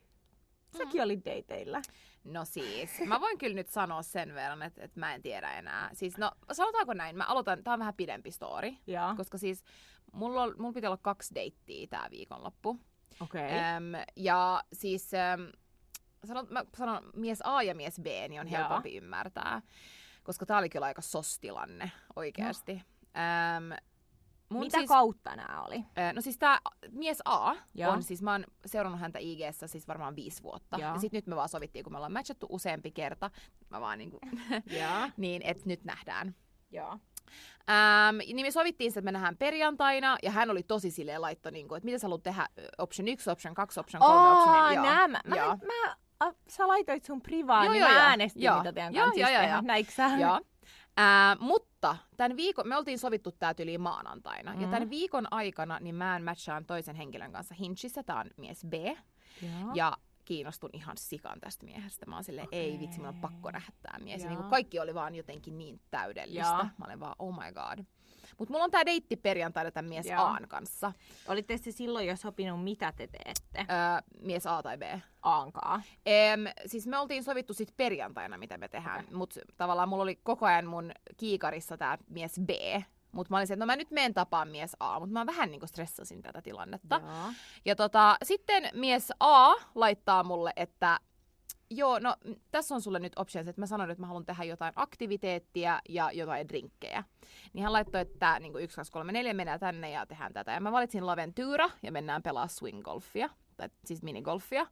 Speaker 2: säkin
Speaker 1: Mm.
Speaker 2: olit dateilla.
Speaker 1: No siis, mä voin kyllä nyt sanoa sen verran, että, että mä en tiedä enää. Siis no, sanotaanko näin, mä aloitan, tää on vähän pidempi story.
Speaker 2: Joo.
Speaker 1: Koska siis mulla, on, mulla piti olla kaksi deittiä tää viikonloppu.
Speaker 2: Okei. Okay.
Speaker 1: Öm, ja siis äm, sanon, mä sanon mies A ja mies B, niin on
Speaker 2: Joo.
Speaker 1: helpompi ymmärtää. Koska tää oli kyllä aika sos-tilanne oikeesti. No. Äm, mun
Speaker 2: Mitä
Speaker 1: siis,
Speaker 2: kautta nämä oli?
Speaker 1: ö, no siis tää mies A
Speaker 2: Joo.
Speaker 1: on siis, mä oon seurannut häntä I G:ssä siis varmaan viisi vuotta.
Speaker 2: Joo.
Speaker 1: Ja sit nyt me vaan sovittiin, kun me ollaan matchattu useampi kerta. Mä vaan niinku,
Speaker 2: Joo.
Speaker 1: niin että nyt nähdään.
Speaker 2: Joo.
Speaker 1: Ähm, niin me sovittiin, että me nähdään perjantaina, ja hän oli tosi silleen laitto, niin kuin, että mitä sä haluat tehdä, option yksi, option kaksi, option kolme,
Speaker 2: Oh,
Speaker 1: option joo.
Speaker 2: nämä. Mä,
Speaker 1: Joo.
Speaker 2: mä, a, sä laitoit sun privaan,
Speaker 1: Joo,
Speaker 2: niin
Speaker 1: joo,
Speaker 2: mä
Speaker 1: joo.
Speaker 2: äänestin,
Speaker 1: Joo.
Speaker 2: mitä teidän
Speaker 1: Joo,
Speaker 2: kanssa
Speaker 1: joo,
Speaker 2: siis
Speaker 1: joo,
Speaker 2: tehdä.
Speaker 1: joo.
Speaker 2: Näikö sä?
Speaker 1: Joo. Äh, mutta tämän viikon, me oltiin sovittu tää yli maanantaina, mm. ja tämän viikon aikana niin mä matchaan toisen henkilön kanssa Hinchissä, tää on mies B,
Speaker 2: Joo.
Speaker 1: ja kiinnostun ihan sikan tästä miehestä. Mä oon silleen,
Speaker 2: Okei.
Speaker 1: ei vitsi, mun on pakko nähdä tää mies. Ja
Speaker 2: Joo.
Speaker 1: niin kuin kaikki oli vaan jotenkin niin täydellistä.
Speaker 2: Joo.
Speaker 1: Mä olen vaan, oh my god. Mut mulla on tää deitti perjantaina tämän mies
Speaker 2: Joo.
Speaker 1: Aan kanssa.
Speaker 2: Olitte sitten silloin jo sopinut, mitä te teette?
Speaker 1: Öö, mies A tai B.
Speaker 2: Aankaa.
Speaker 1: Ehm, siis me oltiin sovittu sit perjantaina, mitä me tehdään.
Speaker 2: Okei.
Speaker 1: Mut tavallaan mulla oli koko ajan mun kiikarissa tää mies B. Mut mä olin se, että no mä nyt menen tapaan mies A. Mut mä vähän niinku stressasin tätä tilannetta.
Speaker 2: Joo.
Speaker 1: Ja tota, sitten mies A laittaa mulle, että joo, no tässä on sulle nyt options, että mä sanoin, että mä haluan tehdä jotain aktiviteettia ja jotain drinkkejä. Niin hän laittoi, että niin yksi, kaksi, kolme, neljä mennään tänne ja tehdään tätä. Ja mä valitsin Laventura ja mennään pelaa swing-golfia, tai siis minigolfia.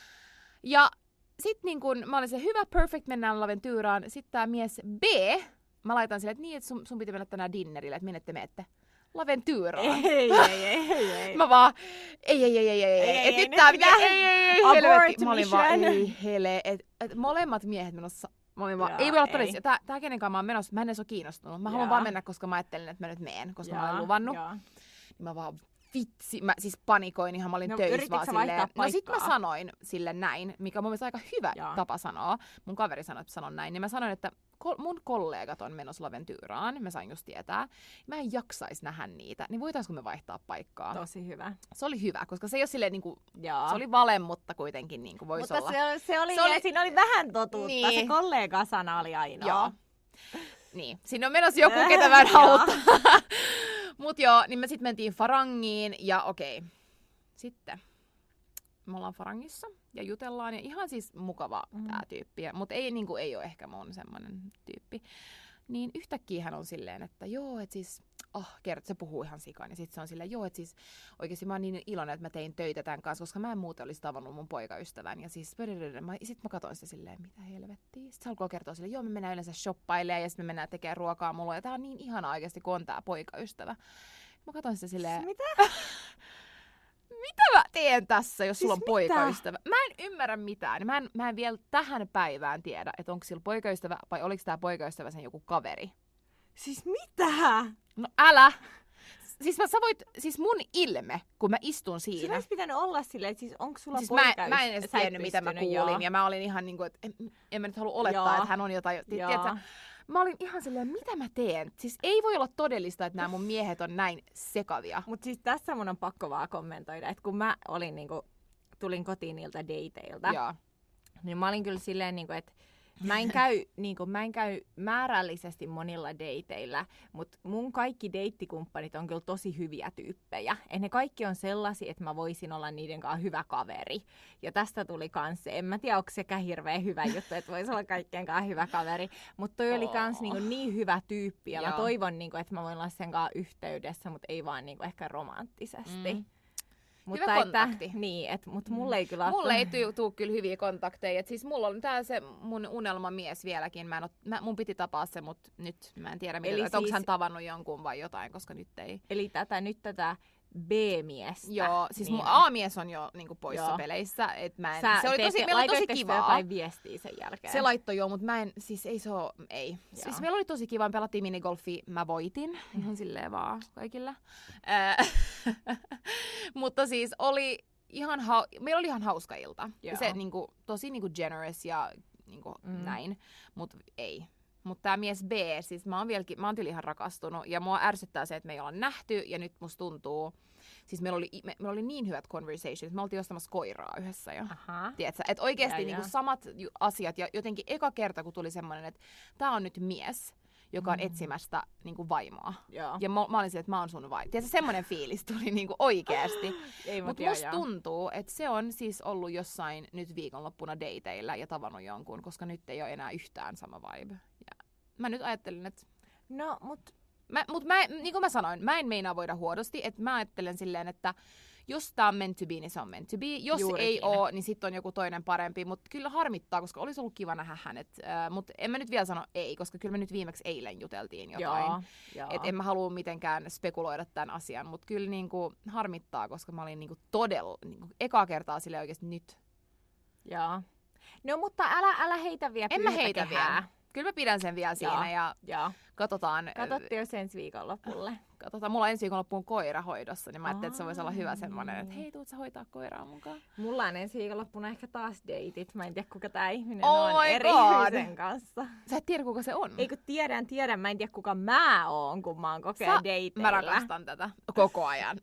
Speaker 1: Ja sit niin kun mä olin se hyvä, perfect, mennään Laventuraan. Sitten tää mies B, mä laitan sille, että niin, että sun, sun piti mennä tänään dinnerille, että minne te menette. Laventyraan.
Speaker 2: Ei, ei, ei, ei, ei.
Speaker 1: Mä vaan, ei, ei, ei, ei, ei,
Speaker 2: Ei,
Speaker 1: ei,
Speaker 2: ei,
Speaker 1: et
Speaker 2: ei,
Speaker 1: nyt
Speaker 2: nyt
Speaker 1: tää
Speaker 2: pitää-
Speaker 1: pitää, ei, ei, ei,
Speaker 2: Abort
Speaker 1: helvetti. Mä olin vaan,
Speaker 2: mission.
Speaker 1: ei, hele, et, et molemmat miehet menossa. Mä olin vaan,
Speaker 2: Joo,
Speaker 1: ei voi olla
Speaker 2: ei.
Speaker 1: todellisia. Tää, tää kenenkaan mä oon menossa, mä en edes oo kiinnostunut. Mä haluan
Speaker 2: Joo.
Speaker 1: vaan mennä, koska mä ajattelin, että mä nyt meen, koska mä
Speaker 2: Joo,
Speaker 1: olen luvannut.
Speaker 2: joo.
Speaker 1: Niin mä vaan, vitsi, mä siis panikoin ihan, mä olin
Speaker 2: No,
Speaker 1: töissä
Speaker 2: yrititkö
Speaker 1: vaan
Speaker 2: sä vaihtaa
Speaker 1: silleen. No sit mä
Speaker 2: paikkaa?
Speaker 1: sanoin sille näin, mikä on mun mielestä aika hyvä
Speaker 2: Joo.
Speaker 1: tapa sanoa. Mun kaveri sanoi, että sanon näin, niin mä sanoin, että kol- mun kollegat on menossa Laventyraan, mä sain just tietää. Mä en jaksais nähdä niitä, niin voitaisko me vaihtaa paikkaa?
Speaker 2: Tosi hyvä.
Speaker 1: Se oli hyvä, koska se ei ole silleen niinku,
Speaker 2: Joo.
Speaker 1: se oli vale, mutta kuitenkin niinku voisi
Speaker 2: Mutta
Speaker 1: olla.
Speaker 2: se, se oli,
Speaker 1: Se oli-
Speaker 2: siinä oli vähän totuutta.
Speaker 1: Niin.
Speaker 2: Se kollega-sana oli ainoa.
Speaker 1: Joo. Niin, sinne on menossa joku, ketä mä en
Speaker 2: Joo.
Speaker 1: halua. Mut joo, niin me sit mentiin Farangiin ja okei. Sitten me ollaan Farangissa ja jutellaan ja ihan siis mukava
Speaker 2: Mm.
Speaker 1: tää tyyppi. Mutta ei, niinku, ei ole ehkä mun semmonen tyyppi. Niin yhtäkkiä hän on silleen, että joo, että siis, oh, kerta, se puhuu ihan sikaan. Ja sitten se on silleen, joo, että siis oikeasti mä oon niin iloinen, että mä tein töitä tämän kanssa, koska mä en muuten olisi tavannut mun poikaystävän. Ja siis, sit mä katsoin sitä silleen, mitä helvettiä. Sitten se alkoi kertoa silleen, joo, me mennään yleensä shoppailemaan ja sitten me mennään tekemään ruokaa mulle. Ja tää on niin ihanaa oikeasti, kun on tää poikaystävä. Mä katsoin sitä silleen,
Speaker 2: Mitä?
Speaker 1: mitä mä teen tässä, jos
Speaker 2: Siis
Speaker 1: sulla on
Speaker 2: mitä?
Speaker 1: poikaystävä? Mä en ymmärrä mitään. Mä en, mä en vielä tähän päivään tiedä, että onko sillä poikaystävä vai oliko tää poikaystävä sen joku kaveri.
Speaker 2: Siis mitä?
Speaker 1: No älä! Siis, mä, sä voit, siis mun ilme, kun mä istun
Speaker 2: Siinä
Speaker 1: siinä.
Speaker 2: olisi pitänyt olla silleen, että siis onko sulla
Speaker 1: Siis mä,
Speaker 2: poikaystävä?
Speaker 1: mä en edes
Speaker 2: Sä et
Speaker 1: tiennyt, mitä mä
Speaker 2: pystynyt,
Speaker 1: kuulin.
Speaker 2: joo.
Speaker 1: Ja mä olin ihan niinku, että en, en mä nyt halua olettaa,
Speaker 2: Joo.
Speaker 1: että hän on jotain. ti-
Speaker 2: Joo.
Speaker 1: Tiedätkö, mä olin ihan silleen, mitä mä teen? Siis ei voi olla todellista, että nämä mun miehet on näin sekavia.
Speaker 2: Mutta siis tässä mun on pakko vaan kommentoida, että kun mä olin niinku, tulin kotiin niiltä dateilta,
Speaker 1: Joo.
Speaker 2: niin mä olin kyllä silleen, niinku, että mä en, käy, niinku, mä en käy määrällisesti monilla dateilla, mutta mun kaikki deittikumppanit on kyllä tosi hyviä tyyppejä. Et ne kaikki on sellaisia, että mä voisin olla niiden kanssa hyvä kaveri. Ja tästä tuli kans se, en mä tiedä, onko sekään hirveän hyvä juttu, että voisi olla kaikkien kanssa hyvä kaveri. Mutta toi oli kans niinku niin hyvä tyyppi ja mä
Speaker 1: Joo.
Speaker 2: toivon, niinku, että mä voin olla sen kanssa yhteydessä, mutta ei vaan niinku ehkä romanttisesti.
Speaker 1: Mm.
Speaker 2: Mutta
Speaker 1: Hyvä
Speaker 2: että,
Speaker 1: kontakti.
Speaker 2: niin, et, mut mulle ei kyllä
Speaker 1: Mulle ei tuu, tuu kyllä hyviä kontakteja. Et siis mulla on tää se mun unelmamies vieläkin. Mä en oo, mä, mun piti tapaa se, mutta nyt mä en tiedä, mitä,
Speaker 2: Eli
Speaker 1: siis... onko
Speaker 2: siis-
Speaker 1: hän tavannut jonkun vai jotain, koska nyt ei.
Speaker 2: Eli tätä, nyt tätä B-miestä.
Speaker 1: Joo, siis
Speaker 2: niin
Speaker 1: mun A-mies on jo niinku poissa
Speaker 2: Joo.
Speaker 1: peleissä. Et mä en,
Speaker 2: Sä
Speaker 1: se oli tosi,
Speaker 2: teette-
Speaker 1: meillä oli tosi
Speaker 2: laitoitteko te
Speaker 1: kivaa.
Speaker 2: jotain viestiä sen jälkeen?
Speaker 1: Se laittoi joo, mutta mä en, siis ei se oo, ei.
Speaker 2: Joo.
Speaker 1: Siis meillä oli tosi kiva, me pelattiin minigolfia, mä voitin, ihan silleen vaan kaikilla. Ää, mutta siis oli ihan, hau- meillä oli ihan hauska ilta.
Speaker 2: Joo.
Speaker 1: Se niinku, tosi niinku generous ja niinku
Speaker 2: Mm.
Speaker 1: näin, mutta ei. Mutta tämä mies B, siis mä oon vieläkin, mä oon kyllä ihan rakastunut ja mua ärsyttää se, että me ei olla nähty ja nyt musta tuntuu, siis meillä oli, me, meillä oli niin hyvät conversations, me oltiin ostamassa koiraa yhdessä jo.
Speaker 2: Aha.
Speaker 1: Tiedätkö? Että oikeasti
Speaker 2: Ja,
Speaker 1: niinku
Speaker 2: ja.
Speaker 1: samat ju- asiat ja jotenkin eka kerta, kun tuli semmoinen, että tää on nyt mies, joka on
Speaker 2: Mm.
Speaker 1: etsimästä niinku vaimoa.
Speaker 2: Joo.
Speaker 1: Ja mä, mä olin silleen, että mä oon sun vaimo. Tiedätkö, semmoinen fiilis tuli niinku oikeasti.
Speaker 2: Ei, mut
Speaker 1: Mutta
Speaker 2: joo,
Speaker 1: musta
Speaker 2: joo.
Speaker 1: tuntuu, että se on siis ollut jossain nyt viikonloppuna dateilla ja tavannut jonkun, koska nyt ei ole enää yhtään sama vibe. Ja mä nyt ajattelin, että
Speaker 2: No, mut
Speaker 1: Mä, mut mä, niin kuin mä sanoin, mä en meinaa voida huonosti, että mä ajattelen silleen, että jos tää on meant to be, niin se on meant to be. Jos
Speaker 2: Juurikin.
Speaker 1: ei oo, niin sitten on joku toinen parempi. Mutta kyllä harmittaa, koska olisi ollut kiva nähdä hänet. Äh, mutta en mä nyt vielä sano ei, koska kyllä me nyt viimeksi eilen juteltiin jotain.
Speaker 2: joo, joo.
Speaker 1: Et en mä halua mitenkään spekuloida tämän asian, mutta kyllä niinku harmittaa, koska mä olin niinku todella, niinku ekaa kertaa sille oikeasti nyt.
Speaker 2: Joo. No, mutta älä, älä heitä vielä
Speaker 1: En mä heitä
Speaker 2: pyyhäkehää.
Speaker 1: vielä. Kyllä mä pidän sen vielä
Speaker 2: Joo.
Speaker 1: siinä ja
Speaker 2: Joo.
Speaker 1: katsotaan.
Speaker 2: Katsotte jos ensi viikonlopulle.
Speaker 1: Katsotaan, mulla on ensi viikonloppuun koira hoidossa, niin mä ajattelin, että se voisi olla hyvä
Speaker 2: Aa,
Speaker 1: semmoinen, että
Speaker 2: niin.
Speaker 1: hei, tuut sä hoitaa koiraa mukaan.
Speaker 2: Mulla on ensi viikonloppuna ehkä taas deitit. Mä en tiedä, kuka tää ihminen
Speaker 1: Oh
Speaker 2: on
Speaker 1: my
Speaker 2: eri
Speaker 1: God.
Speaker 2: ihmisen kanssa.
Speaker 1: Sä et tiedä, kuka se on.
Speaker 2: Ei kun tiedän, tiedän. Mä en tiedä, kuka mä oon, kun mä oon kokea
Speaker 1: Sä-
Speaker 2: dateilla.
Speaker 1: Mä rakastan tätä koko ajan.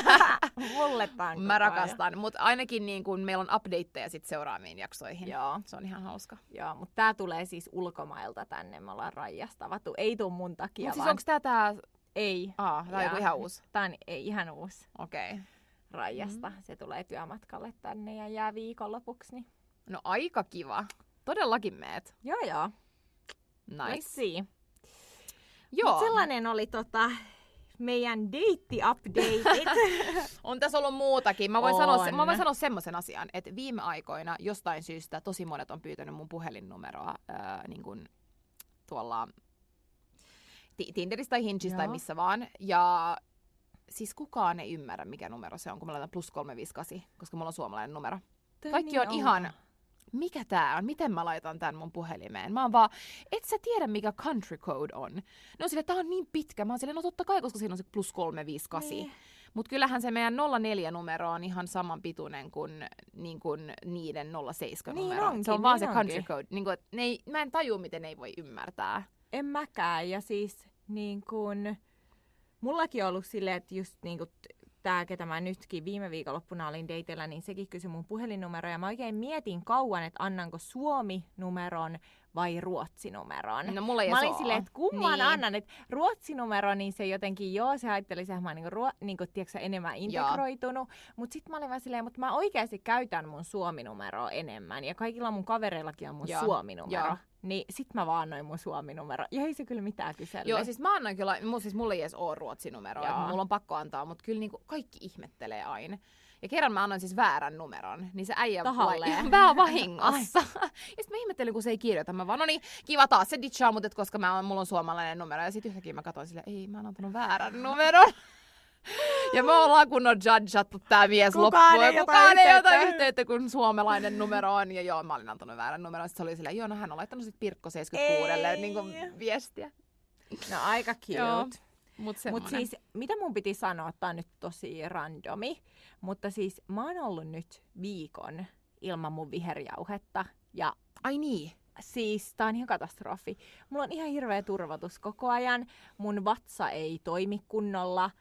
Speaker 2: Mulle tää on koko
Speaker 1: Mä
Speaker 2: ajan.
Speaker 1: rakastan, mutta ainakin niin kun meillä on updateja sit seuraaviin jaksoihin.
Speaker 2: Joo.
Speaker 1: Se on ihan hauska.
Speaker 2: Joo, mutta tää tulee siis ulkomailta tänne. Me ollaan Raijasta avattu. Ei tuu mun takia,
Speaker 1: Mutta siis
Speaker 2: vaan...
Speaker 1: onko tää tää...
Speaker 2: Ei.
Speaker 1: Aa, tää on
Speaker 2: Ja-
Speaker 1: joku ihan uusi.
Speaker 2: Tää on ei, ihan uusi
Speaker 1: Okei. Okay.
Speaker 2: Raijasta. Mm. Se tulee työmatkalle tänne ja jää viikonlopuksi. Niin...
Speaker 1: No aika kiva. Todellakin meet.
Speaker 2: Joo, joo. Let's
Speaker 1: Nice.
Speaker 2: see.
Speaker 1: Joo.
Speaker 2: Mut sellainen oli tota meidän deitti-updateit.
Speaker 1: On tässä ollut muutakin. Mä voin,
Speaker 2: On.
Speaker 1: sanoa, se- mä voin sanoa semmoisen asian, että viime aikoina jostain syystä tosi monet on pyytänyt mun puhelinnumeroa ää, niin kun tuolla Ti- Tinderissä tai Hingeissä tai
Speaker 2: Joo.
Speaker 1: missä vaan. Ja siis kukaan ei ymmärrä, mikä numero se on, kun mä laitan plus kolme viisi kahdeksan, koska mulla on suomalainen numero.
Speaker 2: Toi
Speaker 1: Kaikki
Speaker 2: niin
Speaker 1: on
Speaker 2: outo.
Speaker 1: ihan, mikä tää on, miten mä laitan tän mun puhelimeen. Mä oon vaan, et sä tiedä mikä country code on. Ne on silleen, tää on niin pitkä. Mä oon silleen, no totta kai, koska siinä on se plus kolme viisi kahdeksan.
Speaker 2: Niin.
Speaker 1: Mut kyllähän se meidän nolla neljä numero on ihan saman pituinen kuin, niin kuin niiden nolla seitsemän
Speaker 2: Niin
Speaker 1: numero.
Speaker 2: onkin,
Speaker 1: se on vaan
Speaker 2: niin
Speaker 1: se country
Speaker 2: onkin.
Speaker 1: code. Niin kuin, ne ei, mä en tajua, miten ne ei voi ymmärtää.
Speaker 2: En mäkään. Ja siis niin kun, mullakin on ollut silleen, että just niin kun tää, ketä mä nytkin viime viikonloppuna olin dateilla, niin sekin kysyi mun puhelinnumeroa. Ja mä oikein mietin kauan, että annanko Suomi-numeron vai Ruotsi-numeron.
Speaker 1: No mulla ei
Speaker 2: Mä
Speaker 1: edes
Speaker 2: olin
Speaker 1: oo.
Speaker 2: silleen, että kumman
Speaker 1: Niin.
Speaker 2: annan. Että Ruotsi-numero, niin se jotenkin, joo, se ajatteli se, että mä oon niinku, ruo- niinku, tiedätkö, enemmän integroitunut. Mutta sitten mä olin vaan silleen, mutta mä oikeasti käytän mun Suomi-numeroa enemmän. Ja kaikilla mun kavereillakin on mun
Speaker 1: Joo.
Speaker 2: Suomi-numero.
Speaker 1: Joo.
Speaker 2: Niin sit mä vaan annoin mun Suomi-numero. Ja ei se kyllä mitään kyselle.
Speaker 1: Joo, siis mä annan kyllä, mul, siis mulla ei edes ole Ruotsin-numeroa,
Speaker 2: Joo.
Speaker 1: mulla on pakko antaa, mutta kyllä niinku kaikki ihmettelee aina. Ja kerran mä annoin siis väärän numeron, niin se äijä
Speaker 2: Tahalleen.
Speaker 1: ihan vähän vahingossa. Ja sit mä ihmettelin, kun se ei kirjoita. Mä vaan, no niin, kiva taas se ditchaa, mutta et koska mä on, mulla on suomalainen numero. Ja sit yhtäkkiä mä katsoin silleen, ei, mä oon antanut väärän numeron. Ja me ollaan kunnon judgeattu tää mies
Speaker 2: Kukaan
Speaker 1: loppuun.
Speaker 2: ei
Speaker 1: Ja
Speaker 2: ota
Speaker 1: kukaan ei ota
Speaker 2: yhteyttä.
Speaker 1: yhteyttä, kun suomalainen numero on. Ja joo, mä olin antanut väärän numeron. Sitten se oli silleen, joo, no hän on laittanut sit Pirkko seitsemänkymmentäkuusi niin kuin viestiä.
Speaker 2: No aika
Speaker 1: Joo.
Speaker 2: cute.
Speaker 1: Mut,
Speaker 2: Mutta siis, mitä mun piti sanoa, tää on nyt tosi randomi, mutta siis mä oon ollut nyt viikon ilman mun viherjauhetta ja
Speaker 1: ai niin.
Speaker 2: siis tää on ihan katastrofi. Mulla on ihan hirveä turvotus koko ajan, mun vatsa ei toimi kunnolla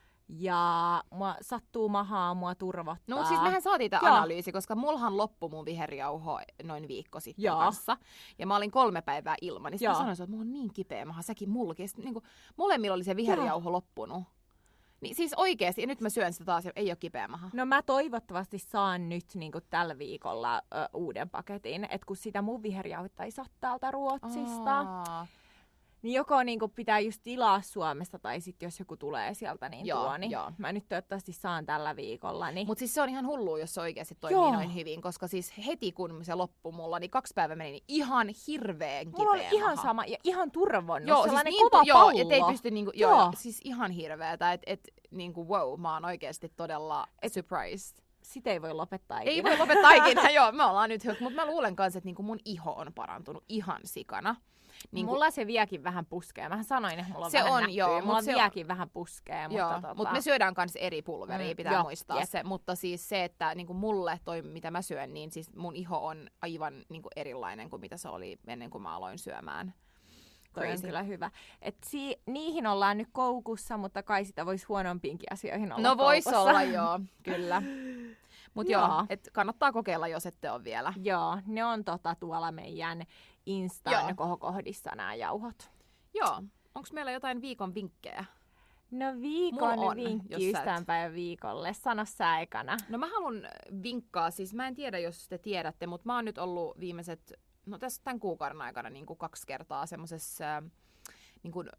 Speaker 2: ja mua sattuu mahaa, mua turvottaa.
Speaker 1: No mutta siis mehän saatiin tämä
Speaker 2: Joo.
Speaker 1: analyysi, koska mulhan loppui mun viherjauho noin viikko sitten
Speaker 2: Joo.
Speaker 1: kanssa. Ja mä olin kolme päivää ilman. Niin sitten
Speaker 2: Joo.
Speaker 1: mä sanoin, että mulla on niin kipeä maha, säkin mulki. Ja sit, niin kuin, molemmilla oli se viherjauho loppunut. Niin siis oikeesti, ja nyt mä syön sitä taas ja ei ole kipeä maha.
Speaker 2: No mä toivottavasti saan nyt niin tällä viikolla ö, uuden paketin, että kun sitä mun viherjauhetta ei saa täältä Ruotsista,
Speaker 1: Aa.
Speaker 2: niin joko niin pitää just tilaa Suomesta tai sitten jos joku tulee sieltä, niin
Speaker 1: Joo,
Speaker 2: tuo. Niin
Speaker 1: joo.
Speaker 2: mä nyt toivottavasti saan tällä viikolla. Niin.
Speaker 1: Mut siis se on ihan hullua, jos se oikeasti toimii
Speaker 2: Joo.
Speaker 1: noin hyvin, koska siis heti kun se loppui mulla, niin kaksi päivää meni niin ihan hirveän kipeä
Speaker 2: Mulla oli ihan
Speaker 1: maha.
Speaker 2: sama ja ihan turvonnut,
Speaker 1: Joo, siis
Speaker 2: sellainen
Speaker 1: niin,
Speaker 2: kova
Speaker 1: joo,
Speaker 2: pallo.
Speaker 1: et ei pysty niinku, joo,
Speaker 2: Joo.
Speaker 1: joo, siis ihan hirveetä, että et, niinku wow, mä oon oikeesti todella
Speaker 2: Et-
Speaker 1: surprised.
Speaker 2: Sitä ei voi lopettaa ikinä.
Speaker 1: Ei voi lopettaa ikinä, joo, me ollaan nyt, mutta mä luulen kanssa, että niinku mun iho on parantunut ihan sikana. Niinku,
Speaker 2: Mulla se viekin vähän puskee. Mähän sanoin, että mulla on
Speaker 1: Se
Speaker 2: vähän
Speaker 1: on,
Speaker 2: näppyä.
Speaker 1: joo,
Speaker 2: Mulla
Speaker 1: mut se on-
Speaker 2: viekin vähän puskee.
Speaker 1: joo,
Speaker 2: Mutta, tota...
Speaker 1: mutta me syödään kanssa eri pulveria,
Speaker 2: Mm,
Speaker 1: pitää
Speaker 2: joo,
Speaker 1: muistaa
Speaker 2: jep.
Speaker 1: se. Mutta siis se, että niinku mulle toi, mitä mä syön, niin siis mun iho on aivan niinku erilainen kuin mitä se oli ennen kuin mä aloin syömään.
Speaker 2: Toi on
Speaker 1: Crazy.
Speaker 2: kyllä hyvä. Et si- niihin ollaan nyt koukussa, mutta kai sitä voisi huonompiinkin asioihin olla
Speaker 1: No vois
Speaker 2: koukussa.
Speaker 1: olla, joo, kyllä. Mutta joo,
Speaker 2: Joo.
Speaker 1: et kannattaa kokeilla, jos ette ole vielä.
Speaker 2: Joo, ne on tota tuolla meidän Instan
Speaker 1: Joo.
Speaker 2: kohokohdissa nämä jauhot.
Speaker 1: Joo, onko meillä jotain viikon vinkkejä?
Speaker 2: No viikon
Speaker 1: Mulla on,
Speaker 2: vinkki
Speaker 1: jos sä et-
Speaker 2: ystävänpäivän viikolle. Sano sä ekana.
Speaker 1: No mä haluan vinkkaa, siis mä en tiedä, jos te tiedätte, mutta mä oon nyt ollut viimeiset, no tässä tämän kuukauden aikana niin kuin kaksi kertaa semmosessa äh, niin kuin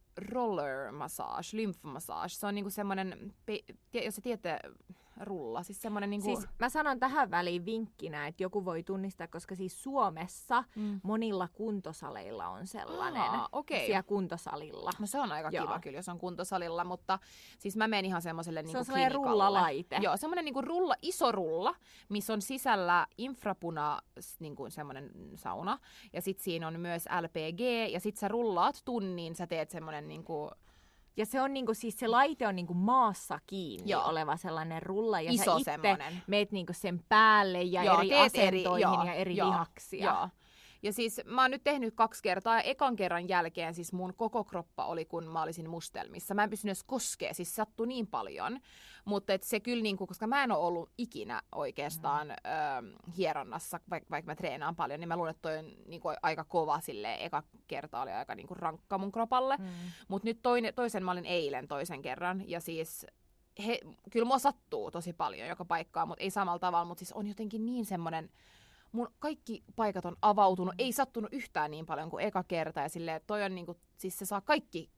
Speaker 1: roller massage, lymphmassage. Se on niinku semmoinen, pe- tie- jos sä tiedätte, rulla, siis semmoinen niinku...
Speaker 2: Siis mä sanon tähän väliin vinkkinä, että joku voi tunnistaa, koska siis Suomessa
Speaker 1: mm.
Speaker 2: monilla kuntosaleilla on sellainen.
Speaker 1: Aa, okei.
Speaker 2: Siellä kuntosalilla.
Speaker 1: No se on aika
Speaker 2: Joo.
Speaker 1: kiva kyllä, jos on kuntosalilla, mutta siis mä menen ihan semmoiselle niinku
Speaker 2: Se on sellainen
Speaker 1: klinikalle.
Speaker 2: rullalaite.
Speaker 1: Joo, semmoinen niinku rulla, iso rulla, missä on sisällä infrapuna niinku semmoinen sauna. Ja sit siinä on myös L P G, ja sit sä rullaat tunnin, sä teet semmoinen niinku...
Speaker 2: Ja se on niinku, siis se laite on niinku maassa kiinni
Speaker 1: Joo.
Speaker 2: oleva sellainen rulla. Ja
Speaker 1: Iso
Speaker 2: sä itse
Speaker 1: semmonen.
Speaker 2: meet niinku sen päälle ja
Speaker 1: Joo,
Speaker 2: eri
Speaker 1: teet eri-
Speaker 2: asentoihin
Speaker 1: joo,
Speaker 2: ja eri
Speaker 1: joo,
Speaker 2: lihaksia.
Speaker 1: Joo. Ja siis mä oon nyt tehnyt kaksi kertaa ja ekan kerran jälkeen siis mun koko kroppa oli kun mä olisin mustelmissa. Mä en pystynyt edes koskea, siis sattui niin paljon. Mutta et se kyllä, niinku, koska mä en ole ollut ikinä oikeastaan mm. ö, hieronnassa, vaikka vaik mä treenaan paljon, niin mä luulen, että toi on niinku, aika kova silleen. Eka kerta oli aika niinku, rankka mun kropalle. Mm. Mutta nyt toinen, toisen mä olin eilen toisen kerran ja siis... He, kyllä mua sattuu tosi paljon joka paikkaan, mutta ei samalla tavalla, mutta siis on jotenkin niin semmoinen... Mun kaikki paikat on avautunut, ei sattunut yhtään niin paljon kuin eka kerta. Ja silleen, toi on niinku, siis se saa kaikki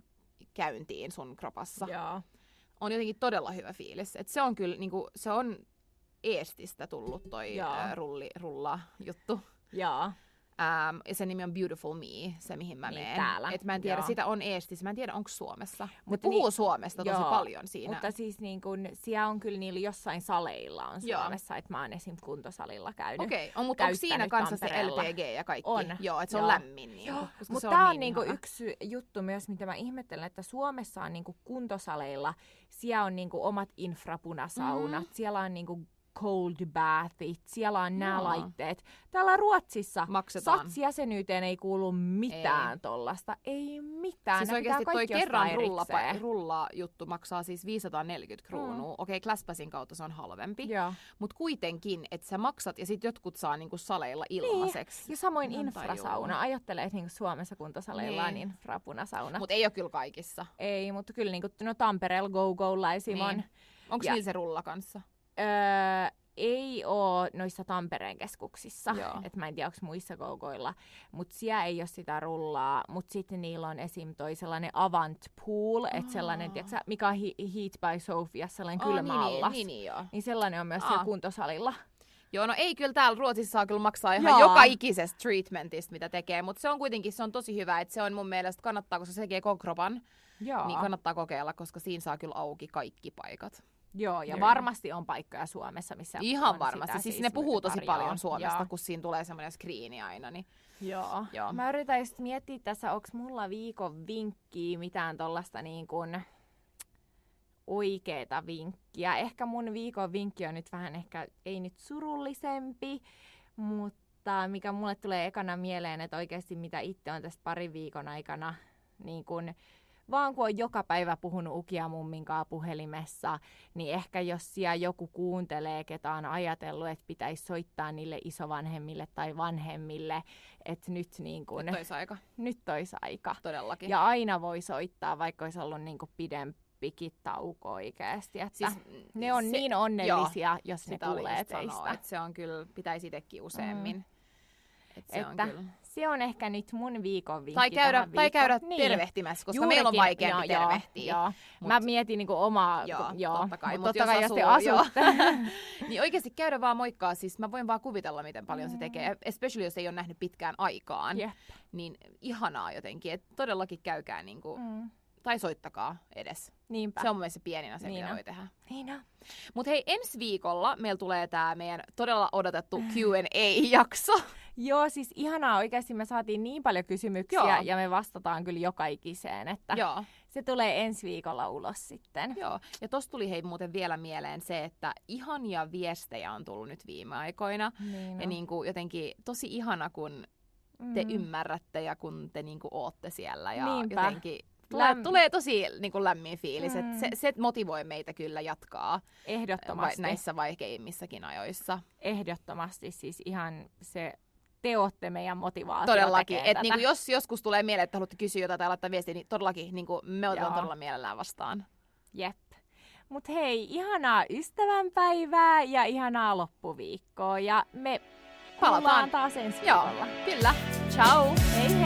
Speaker 1: käyntiin sun kropassa.
Speaker 2: Joo.
Speaker 1: On jotenkin todella hyvä fiilis. Et se on kyllä, niinku, se on Eestistä tullut toi
Speaker 2: Joo.
Speaker 1: ä, rulli, rulla juttu.
Speaker 2: Joo.
Speaker 1: Ähm, ja sen nimi on Beautiful Me, se mihin mä
Speaker 2: Niin,
Speaker 1: menen.
Speaker 2: täällä.
Speaker 1: Et mä en tiedä,
Speaker 2: Joo.
Speaker 1: sitä on Eestissä, mä en tiedä onko Suomessa. Mutta
Speaker 2: Mutta
Speaker 1: puhuu
Speaker 2: niin-
Speaker 1: Suomesta tosi
Speaker 2: joo,
Speaker 1: paljon siinä.
Speaker 2: Mutta siis niin kun, siellä on kyllä niillä jossain saleilla on
Speaker 1: Joo.
Speaker 2: Suomessa, että mä oon esim. Kuntosalilla käynyt.
Speaker 1: Okei, okay. mutta onko siinä
Speaker 2: käyttänyt
Speaker 1: kanssa se
Speaker 2: Tampereella.
Speaker 1: L P G ja kaikki?
Speaker 2: On.
Speaker 1: Joo, että se on
Speaker 2: Joo.
Speaker 1: lämmin. Niin
Speaker 2: Joo,
Speaker 1: koska
Speaker 2: mutta
Speaker 1: se
Speaker 2: tämä on
Speaker 1: niin
Speaker 2: niinku
Speaker 1: ihana.
Speaker 2: yksi juttu myös, mitä mä ihmettelen, että Suomessa on niinku kuntosaleilla, siellä on niinku omat infrapunasaunat, mm. siellä on niinku cold bathit, siellä on nämä
Speaker 1: Joo.
Speaker 2: laitteet. Täällä Ruotsissa
Speaker 1: Maksetaan.
Speaker 2: Sats-jäsenyyteen ei kuulu mitään
Speaker 1: Ei.
Speaker 2: tollasta, ei mitään.
Speaker 1: Siis
Speaker 2: Ne pitää
Speaker 1: oikeasti toi
Speaker 2: kaikki
Speaker 1: kerran
Speaker 2: ostaa
Speaker 1: rulla,
Speaker 2: erikseen.
Speaker 1: rulla juttu maksaa siis viisisataaneljäkymmentä kruunua.
Speaker 2: Mm.
Speaker 1: Okei, okay, Classpasin kautta se on halvempi.
Speaker 2: Joo.
Speaker 1: Mutta kuitenkin, että sä maksat ja sit jotkut saa niinku saleilla ilmaiseksi.
Speaker 2: Ja samoin
Speaker 1: Ihan
Speaker 2: infrasauna.
Speaker 1: tajuu.
Speaker 2: Ajattelee, että niinku Suomessa kuntosaleilla on
Speaker 1: Niin.
Speaker 2: infrapunasauna.
Speaker 1: Mutta ei ole kyllä kaikissa.
Speaker 2: Ei, mutta kyllä niinku, no Tampereella Go-Golla esim. on.
Speaker 1: Niin. Onko
Speaker 2: Ja-
Speaker 1: niillä se rulla kanssa?
Speaker 2: Öö, ei oo noissa Tampereen keskuksissa.
Speaker 1: Joo.
Speaker 2: Et mä en tiedä, onko muissa Go-Goilla. Mutta siellä ei ole sitä rullaa. Mutta sitten niillä on esim. Toi sellainen Avant Pool. Että sellainen, tiiäksä, mikä on He- Heat by Sophia, sellainen
Speaker 1: Aa,
Speaker 2: kylmä allas.
Speaker 1: Niin, niin, joo.
Speaker 2: Niin sellainen on myös
Speaker 1: Aa.
Speaker 2: siellä kuntosalilla.
Speaker 1: Joo, no ei kyllä täällä Ruotsissa saa kyllä maksaa ihan
Speaker 2: Joo.
Speaker 1: joka ikisestä treatmentista, mitä tekee. Mutta se on kuitenkin, se on tosi hyvä, että se on mun mielestä kannattaa, koska se tekee koko kropan,
Speaker 2: Joo.
Speaker 1: niin kannattaa kokeilla, koska siinä saa kyllä auki kaikki paikat.
Speaker 2: Joo, ja
Speaker 1: Joo.
Speaker 2: varmasti on paikkoja Suomessa, missä
Speaker 1: Ihan
Speaker 2: on
Speaker 1: varmasti.
Speaker 2: sitä
Speaker 1: Siis ne puhuu tosi
Speaker 2: tarjoaa.
Speaker 1: paljon Suomesta,
Speaker 2: Joo.
Speaker 1: kun siinä tulee semmoinen screeni aina. Niin.
Speaker 2: Joo.
Speaker 1: Joo.
Speaker 2: Mä yritän just miettiä tässä, onko mulla viikon vinkkiä, mitään tollasta niin kuin oikeeta vinkkiä. Ehkä mun viikon vinkki on nyt vähän ehkä, ei nyt surullisempi, mutta mikä mulle tulee ekana mieleen, että oikeasti mitä itse on tästä parin viikon aikana, niin kun, vaan kun on joka päivä puhunut ukia mumminkaan puhelimessa, niin ehkä jos siellä joku kuuntelee, ketä on ajatellut, että pitäisi soittaa niille isovanhemmille tai vanhemmille, että nyt, niin kun,
Speaker 1: Nyt olisi aika,
Speaker 2: nyt olisi aika.
Speaker 1: todellakin.
Speaker 2: Ja aina voi soittaa, vaikka olisi ollut niin kuin pidempikin tauko oikeasti. Että
Speaker 1: Siis,
Speaker 2: ne on
Speaker 1: se-
Speaker 2: niin onnellisia, joo, jos ne
Speaker 1: Sitä oli
Speaker 2: kuulee
Speaker 1: just sanoa,
Speaker 2: teistä.
Speaker 1: että se on kyllä, pitäisi itsekin useammin. Mm. Et se
Speaker 2: Että
Speaker 1: on kyllä.
Speaker 2: se on ehkä nyt mun viikon vinkki
Speaker 1: Tai käydä,
Speaker 2: tähän
Speaker 1: tai
Speaker 2: viikkoon.
Speaker 1: käydä
Speaker 2: niin.
Speaker 1: tervehtimässä, koska
Speaker 2: Juurikin,
Speaker 1: meillä on vaikeampi
Speaker 2: joo,
Speaker 1: tervehtiä.
Speaker 2: Joo,
Speaker 1: Mut-
Speaker 2: Mä mietin niinku omaa,
Speaker 1: Joo,
Speaker 2: ku- joo.
Speaker 1: totta kai.
Speaker 2: Mut
Speaker 1: Mut
Speaker 2: totta
Speaker 1: jos
Speaker 2: kai, jos te
Speaker 1: asuu-
Speaker 2: asutte.
Speaker 1: Niin oikeasti käydä vaan moikkaa, siis mä voin vaan kuvitella, miten paljon mm. se tekee, especially jos ei ole nähnyt pitkään aikaan,
Speaker 2: Jep.
Speaker 1: niin ihanaa jotenkin, että todellakin käykää niinku,
Speaker 2: Mm.
Speaker 1: tai soittakaa edes.
Speaker 2: Niinpä.
Speaker 1: Se on mun mielestä se pienin asia,
Speaker 2: Niin
Speaker 1: mitä
Speaker 2: on.
Speaker 1: voi tehdä.
Speaker 2: Niin on.
Speaker 1: Mutta hei, ensi viikolla meillä tulee tää meidän todella odotettu Q and A-jakso.
Speaker 2: Joo, siis ihanaa oikeasti me saatiin niin paljon kysymyksiä
Speaker 1: Joo.
Speaker 2: ja me vastataan kyllä joka ikiseen, että
Speaker 1: Joo.
Speaker 2: se tulee ensi viikolla ulos sitten.
Speaker 1: Joo, ja tossa tuli hei muuten vielä mieleen se, että ihania viestejä on tullut nyt viime aikoina.
Speaker 2: Niin
Speaker 1: Ja
Speaker 2: on.
Speaker 1: niin kuin jotenkin tosi ihana, kun te
Speaker 2: Mm.
Speaker 1: ymmärrätte ja kun te niin kuin ootte siellä. Ja
Speaker 2: Niinpä.
Speaker 1: jotenkin tulee,
Speaker 2: Läm-
Speaker 1: tulee tosi niin kuin lämmin fiilis,
Speaker 2: Mm.
Speaker 1: että se, se motivoi meitä kyllä jatkaa va-
Speaker 2: Ehdottomasti.
Speaker 1: näissä vaikeimmissakin ajoissa.
Speaker 2: Ehdottomasti siis ihan se, te ootte meidän motivaatio
Speaker 1: Todellakin,
Speaker 2: tekee
Speaker 1: että
Speaker 2: tätä.
Speaker 1: niin kuin jos joskus tulee mieleen, että haluatte kysyä jotain tai laittaa viestiä, niin todellakin niin kuin me otetaan
Speaker 2: Joo.
Speaker 1: todella mielellään vastaan.
Speaker 2: Jep. Mut hei, ihanaa ystävänpäivää ja ihanaa loppuviikkoa. Ja me
Speaker 1: Palataan.
Speaker 2: palataan taas ensi
Speaker 1: Joo,
Speaker 2: viikolla.
Speaker 1: kyllä. Ciao!
Speaker 2: Hei